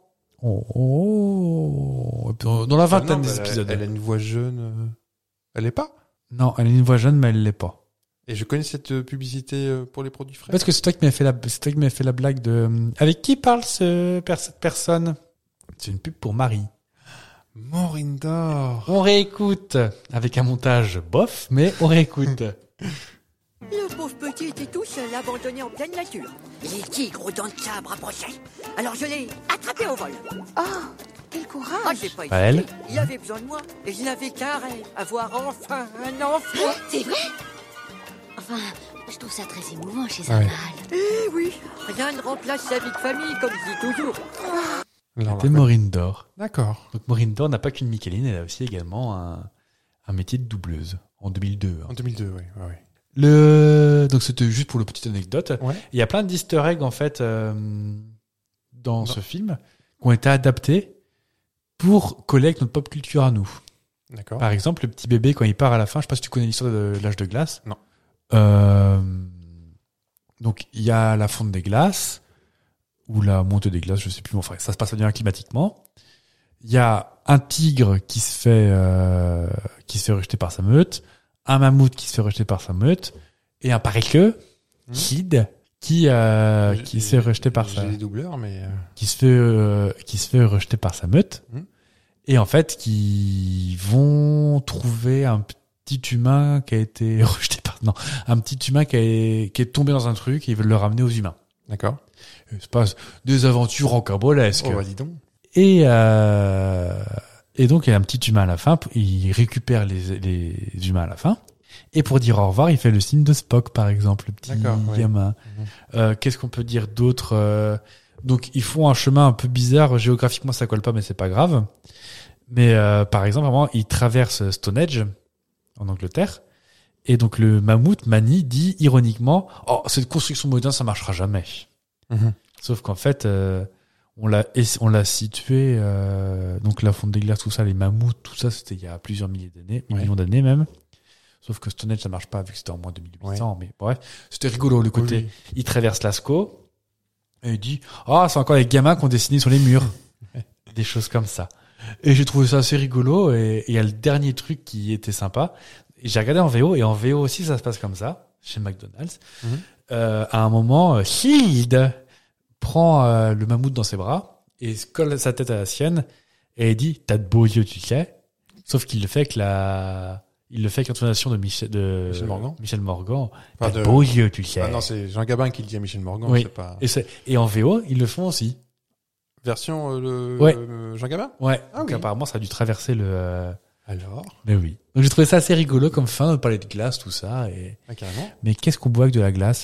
Oh. Dans la vingtaine Non, des elle a- épisodes. Elle a une voix jeune. Elle est pas? Non, elle a une voix jeune, mais elle l'est pas. Et je connais cette publicité pour les produits frais. Parce que c'est toi qui m'as fait la blague de, avec qui parle cette personne? C'est une pub pour Marie. Morindor. On réécoute. Avec un montage bof, mais on réécoute. Le pauvre petit était tout seul, abandonné en pleine nature. Les tigres aux dents de sabre approchaient. Alors je l'ai attrapé au vol. Oh, quel Ah, courage! j'ai pas hésité. Pas elle. Il avait besoin de moi. Et je n'avais qu'un rêve. Avoir enfin un enfant. C'est vrai? Enfin, je trouve ça très émouvant chez Ouais. un mâle. Eh oui. Rien ne remplace la vie de famille, comme je dis toujours. Là, on C'était l'a- Maureen Dor. D'accord. Donc Maureen Dor n'a pas qu'une Micheline, elle a aussi également un métier de doubleuse. En 2002. En 2002, oui. Ouais. Donc c'était juste pour le petite anecdote. Ouais. Il y a plein d'easter eggs en fait dans ce film qui ont été adaptés pour coller avec notre pop culture à nous. D'accord. Par exemple, le petit bébé quand il part à la fin, je sais pas si tu connais l'histoire de l'âge de glace. Non. Donc il y a la fonte des glaces ou la montée des glaces, je sais plus. Enfin, ça se passe bien climatiquement. Il y a un tigre qui se fait rejeter par sa meute, un mammouth qui se fait rejeter par sa meute et un paresseux kid qui se fait rejeter par sa J'ai des doubleurs, mais... qui se fait rejeter par sa meute et en fait qui vont trouver un petit humain qui a été rejeté un petit humain qui est tombé dans un truc et ils veulent le ramener aux humains. D'accord. Il se passe des aventures rocambolesques. Oh, bah, dis donc. Et donc il y a un petit humain à la fin, il récupère les humains à la fin. Et pour dire au revoir, il fait le signe de Spock, par exemple, le petit D'accord, ouais. gamin. Qu'est-ce qu'on peut dire d'autre? Donc ils font un chemin un peu bizarre, géographiquement ça colle pas, mais c'est pas grave. Mais par exemple, vraiment, ils traversent Stonehenge en Angleterre. Et donc le mammouth, Manny, dit ironiquement « Oh, cette construction moderne, ça marchera jamais. Mhm. » Sauf qu'en fait, on l'a situé, donc la fonte des glaces, tout ça, les mammouths, tout ça, c'était il y a plusieurs milliers d'années, Ouais. millions d'années même. Sauf que Stonehenge, ça marche pas, vu que c'était en moins 2800, mais bref. C'était rigolo, le côté. Oui. Il traverse Lascaux, et il dit « Ah, c'est encore les gamins qui ont dessiné sur les murs. » Des choses comme ça. Et j'ai trouvé ça assez rigolo, et il y a le dernier truc qui était sympa. J'ai regardé en VO, et en VO aussi, ça se passe comme ça, chez McDonald's. À un moment, Shield prend le mammouth dans ses bras, et se colle sa tête à la sienne, et il dit « T'as de beaux yeux, tu sais. » Sauf qu'il le fait avec l'intonation de Michel Morgan. Michel Morgan. « Enfin, T'as de beaux yeux, tu sais. » Ah non, c'est Jean Gabin qui le dit à Michel Morgan. Oui. C'est pas... Et en VO, ils le font aussi. Version Ouais. Jean Gabin? Ouais. Ah Donc oui. apparemment, ça a dû traverser le Alors? Mais oui. Donc j'ai trouvé ça assez rigolo comme fin de parler de glace, tout ça. Et... Ah, carrément. Mais qu'est-ce qu'on boit avec de la glace?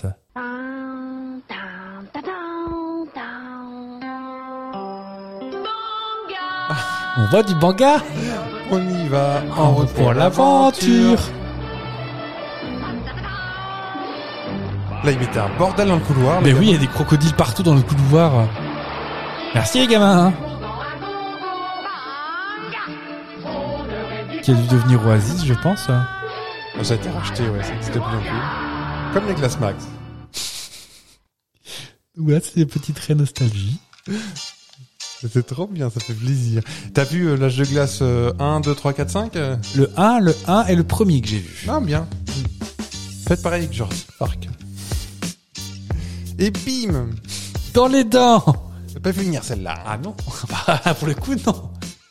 On boit du banga. On y va. En route pour l'aventure. Là, il mettait un bordel dans le couloir. Mais le oui, il y gamin. a des crocodiles partout dans le couloir. Merci les gamins. Hein. Qui a dû devenir Oasis, je pense. Oh, ça a été racheté, ouais, ça n'existe plus non plus. Comme les glaces Max. Ouais, c'est des petits traits nostalgie. C'était trop bien, ça fait plaisir. T'as vu l'âge de glace 1, 2, 3, 4, 5 Le 1 est le premier que j'ai vu. Ah, bien. Faites pareil avec Jurassic Park. Et bim! Dans les dents. Ça peut venir celle-là. Ah non. Pour le coup, non.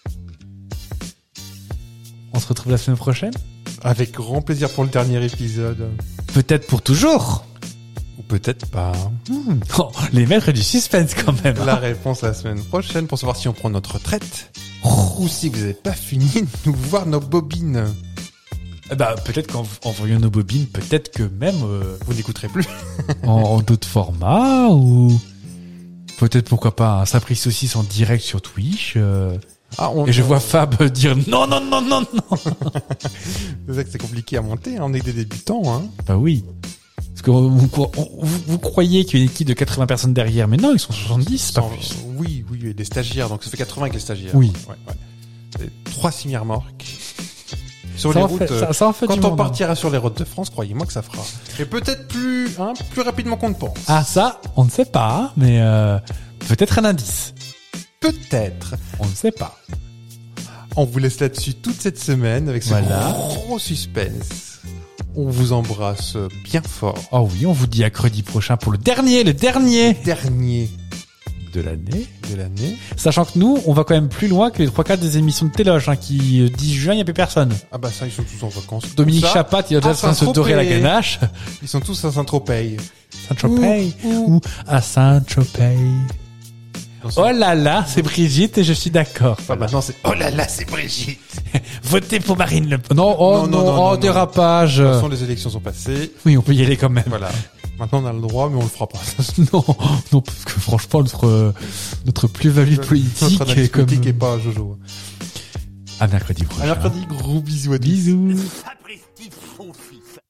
On se retrouve la semaine prochaine. Avec grand plaisir pour le dernier épisode. Peut-être pour toujours. Ou peut-être pas. Oh, les maîtres du suspense quand même. La réponse la semaine prochaine pour savoir si on prend notre retraite. Ou si vous n'avez pas fini de nous voir nos bobines. Bah peut-être qu'en voyant nos bobines, peut-être que même Vous n'écouterez plus. en d'autres formats ou peut-être pourquoi pas un Sapris Saucisse en direct sur Twitch. Ah, Et je vois Fab dire non. C'est vrai que c'est compliqué à monter, hein. On est des débutants, hein. Bah oui. Parce que vous croyez qu'il y a une équipe de 80 personnes derrière, mais non, ils sont 70, pas plus. Oui, et des stagiaires, donc ça fait 80 avec les stagiaires. Oui. Ouais. 3 semi-remorques. Sur Ça les en routes, fait- ça en fait quand du on monde, partira sur les routes de France, croyez-moi que ça fera. Et peut-être plus rapidement qu'on ne pense. Ah ça, on ne sait pas, mais peut-être un indice. Peut-être. On ne sait pas. On vous laisse là-dessus toute cette semaine avec ce Voilà. gros suspense. On vous embrasse bien fort. Oh oui, on vous dit à mercredi prochain pour le dernier Dernier de l'année. de l'année. Sachant que nous, on va quand même plus loin que les 3-4 des émissions de Téloche, hein, qui 10 juin, il n'y a plus personne. Ah bah ça, ils sont tous en vacances. Dominique Tout ça, Chapat, il est déjà en train de se dorer la ganache. Ils sont tous à Saint-Tropez. Saint-Tropez ou à Saint-Tropez. Oh là là, c'est Brigitte et je suis d'accord. Ah, maintenant c'est oh là là, c'est Brigitte. Votez pour Marine Le Pen. Non, oh Non, non, non, non. dérapage. De toute façon, les élections sont passées. Oui, on peut y aller quand même. Voilà. Maintenant, on a le droit, mais on le fera pas. Non, parce que franchement, notre plus-value politique Notre analyse est comme... politique est pas Jojo. À mercredi prochain. À mercredi, gros bisous à tous. Bisous. Sapristi, son fils.